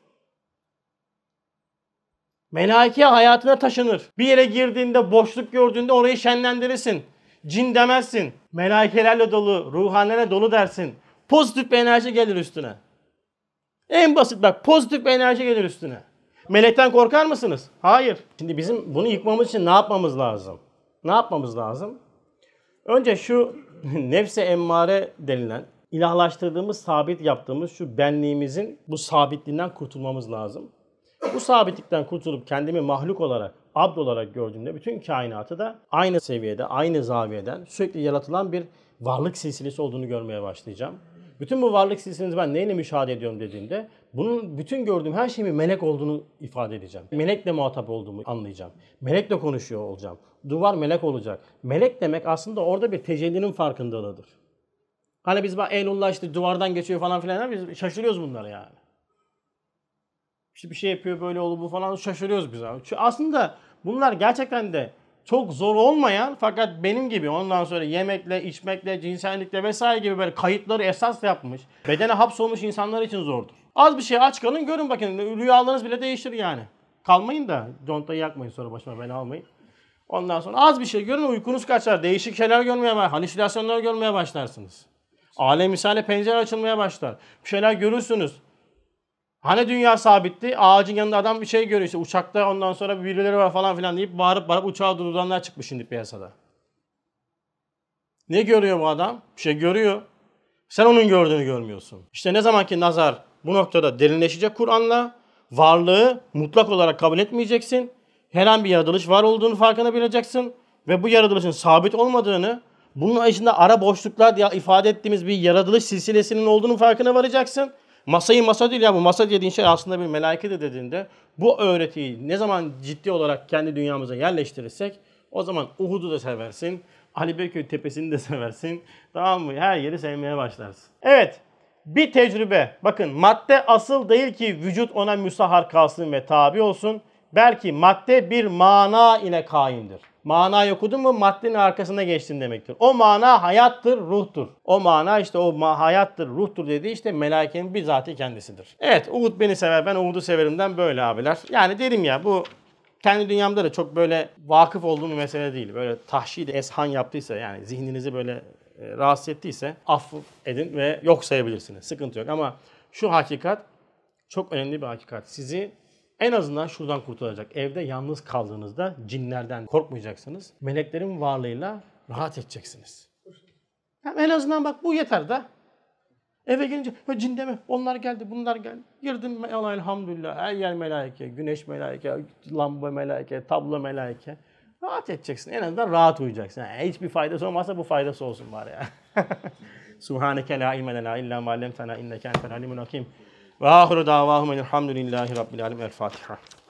Speaker 1: Melaike hayatına taşınır. Bir yere girdiğinde, boşluk gördüğünde orayı şenlendirirsin. Cin demezsin. Melaikelerle dolu, ruhanilerle dolu dersin. Pozitif bir enerji gelir üstüne. En basit bak, pozitif bir enerji gelir üstüne. Melekten korkar mısınız? Hayır. Şimdi bizim bunu yıkmamız için ne yapmamız lazım? Ne yapmamız lazım? Önce şu nefse emmare denilen, ilahlaştırdığımız, sabit yaptığımız şu benliğimizin bu sabitliğinden kurtulmamız lazım. Bu sabitlikten kurtulup kendimi mahluk olarak, abd olarak gördüğümde bütün kainatı da aynı seviyede, aynı zaviyeden sürekli yaratılan bir varlık silsilesi olduğunu görmeye başlayacağım. Bütün bu varlık silsilesini ben neyle müşahede ediyorum dediğimde bunun bütün gördüğüm her şeyin melek olduğunu ifade edeceğim. Melekle muhatap olduğumu anlayacağım. Melekle konuşuyor olacağım. Duvar melek olacak. Melek demek aslında orada bir tecellinin farkındalığıdır. Hani biz bak Eylullah işte duvardan geçiyor falan filan biz şaşırıyoruz bunlara yani. İşte bir şey yapıyor böyle olur bu falan şaşırıyoruz biz abi. Çünkü aslında bunlar gerçekten de çok zor olmayan fakat benim gibi ondan sonra yemekle, içmekle, cinsellikle vesaire gibi böyle kayıtları esas yapmış, bedene hapsolmuş insanlar için zordur. Az bir şey aç kalın görün bakın rüyalarınız bile değişir yani. Kalmayın da contayı yakmayın sonra başıma beni almayın. Ondan sonra az bir şey görün uykunuz kaçar, değişik şeyler görmeye başlar, halüsinasyonlar görmeye başlarsınız. Alem misale pencere açılmaya başlar. Bir şeyler görürsünüz. Hani dünya sabitti, ağacın yanında adam bir şey görüyor işte uçakta ondan sonra birileri var falan filan deyip bağırıp uçağı durduranlar çıkmış şimdi piyasada. Ne görüyor bu adam? Bir şey görüyor. Sen onun gördüğünü görmüyorsun. İşte ne zaman ki nazar bu noktada derinleşecek Kur'an'la, varlığı mutlak olarak kabul etmeyeceksin. Her an bir yaratılış var olduğunu farkına bileceksin. Ve bu yaratılışın sabit olmadığını, bunun içinde ara boşluklar diye ifade ettiğimiz bir yaratılış silsilesinin olduğunu farkına varacaksın. Masayı masa değil ya bu masa dediğin şey aslında bir melaikedir dediğinde bu öğretiyi ne zaman ciddi olarak kendi dünyamıza yerleştirirsek o zaman Uhud'u da seversin. Ali Beyköy Tepesi'ni de seversin. Tamam mı? Her yeri sevmeye başlarsın. Evet. Bir tecrübe. Bakın madde asıl değil ki vücut ona müsahhar kalsın ve tabi olsun. Belki madde bir mana ile kaimdir. Manayı okudun mu maddenin arkasına geçtin demektir. O mana hayattır, ruhtur. O mana işte o hayattır, ruhtur dediği işte melaikenin bizzati kendisidir. Evet Uhud beni sever, ben Uhud'u severimden böyle abiler. Yani dedim ya bu kendi dünyamda da çok böyle vakıf olduğum bir mesele değil. Böyle tahşid eshan yaptıysa yani zihninizi böyle rahatsız ettiyse affı edin ve yok sayabilirsiniz. Sıkıntı yok ama şu hakikat çok önemli bir hakikat. Sizi en azından şuradan kurtaracak. Evde yalnız kaldığınızda cinlerden korkmayacaksınız. Meleklerin varlığıyla rahat edeceksiniz. Yani en azından bak bu yeter de. Eve gelince cin deme. Onlar geldi, bunlar geldi. Girdim elhamdülillah. Her yer melaike, güneş melaike, lamba melaike, tablo melaike. Rahat edeceksin. En azından rahat uyuyacaksın. Yani hiçbir faydası olmazsa bu faydası olsun bari ya. Subhaneke la ilme lena illa ma allamtena inneke entel alimul hakim. Ve ahiru davahum elhamdülillahi rabbil alamin. El Fatiha.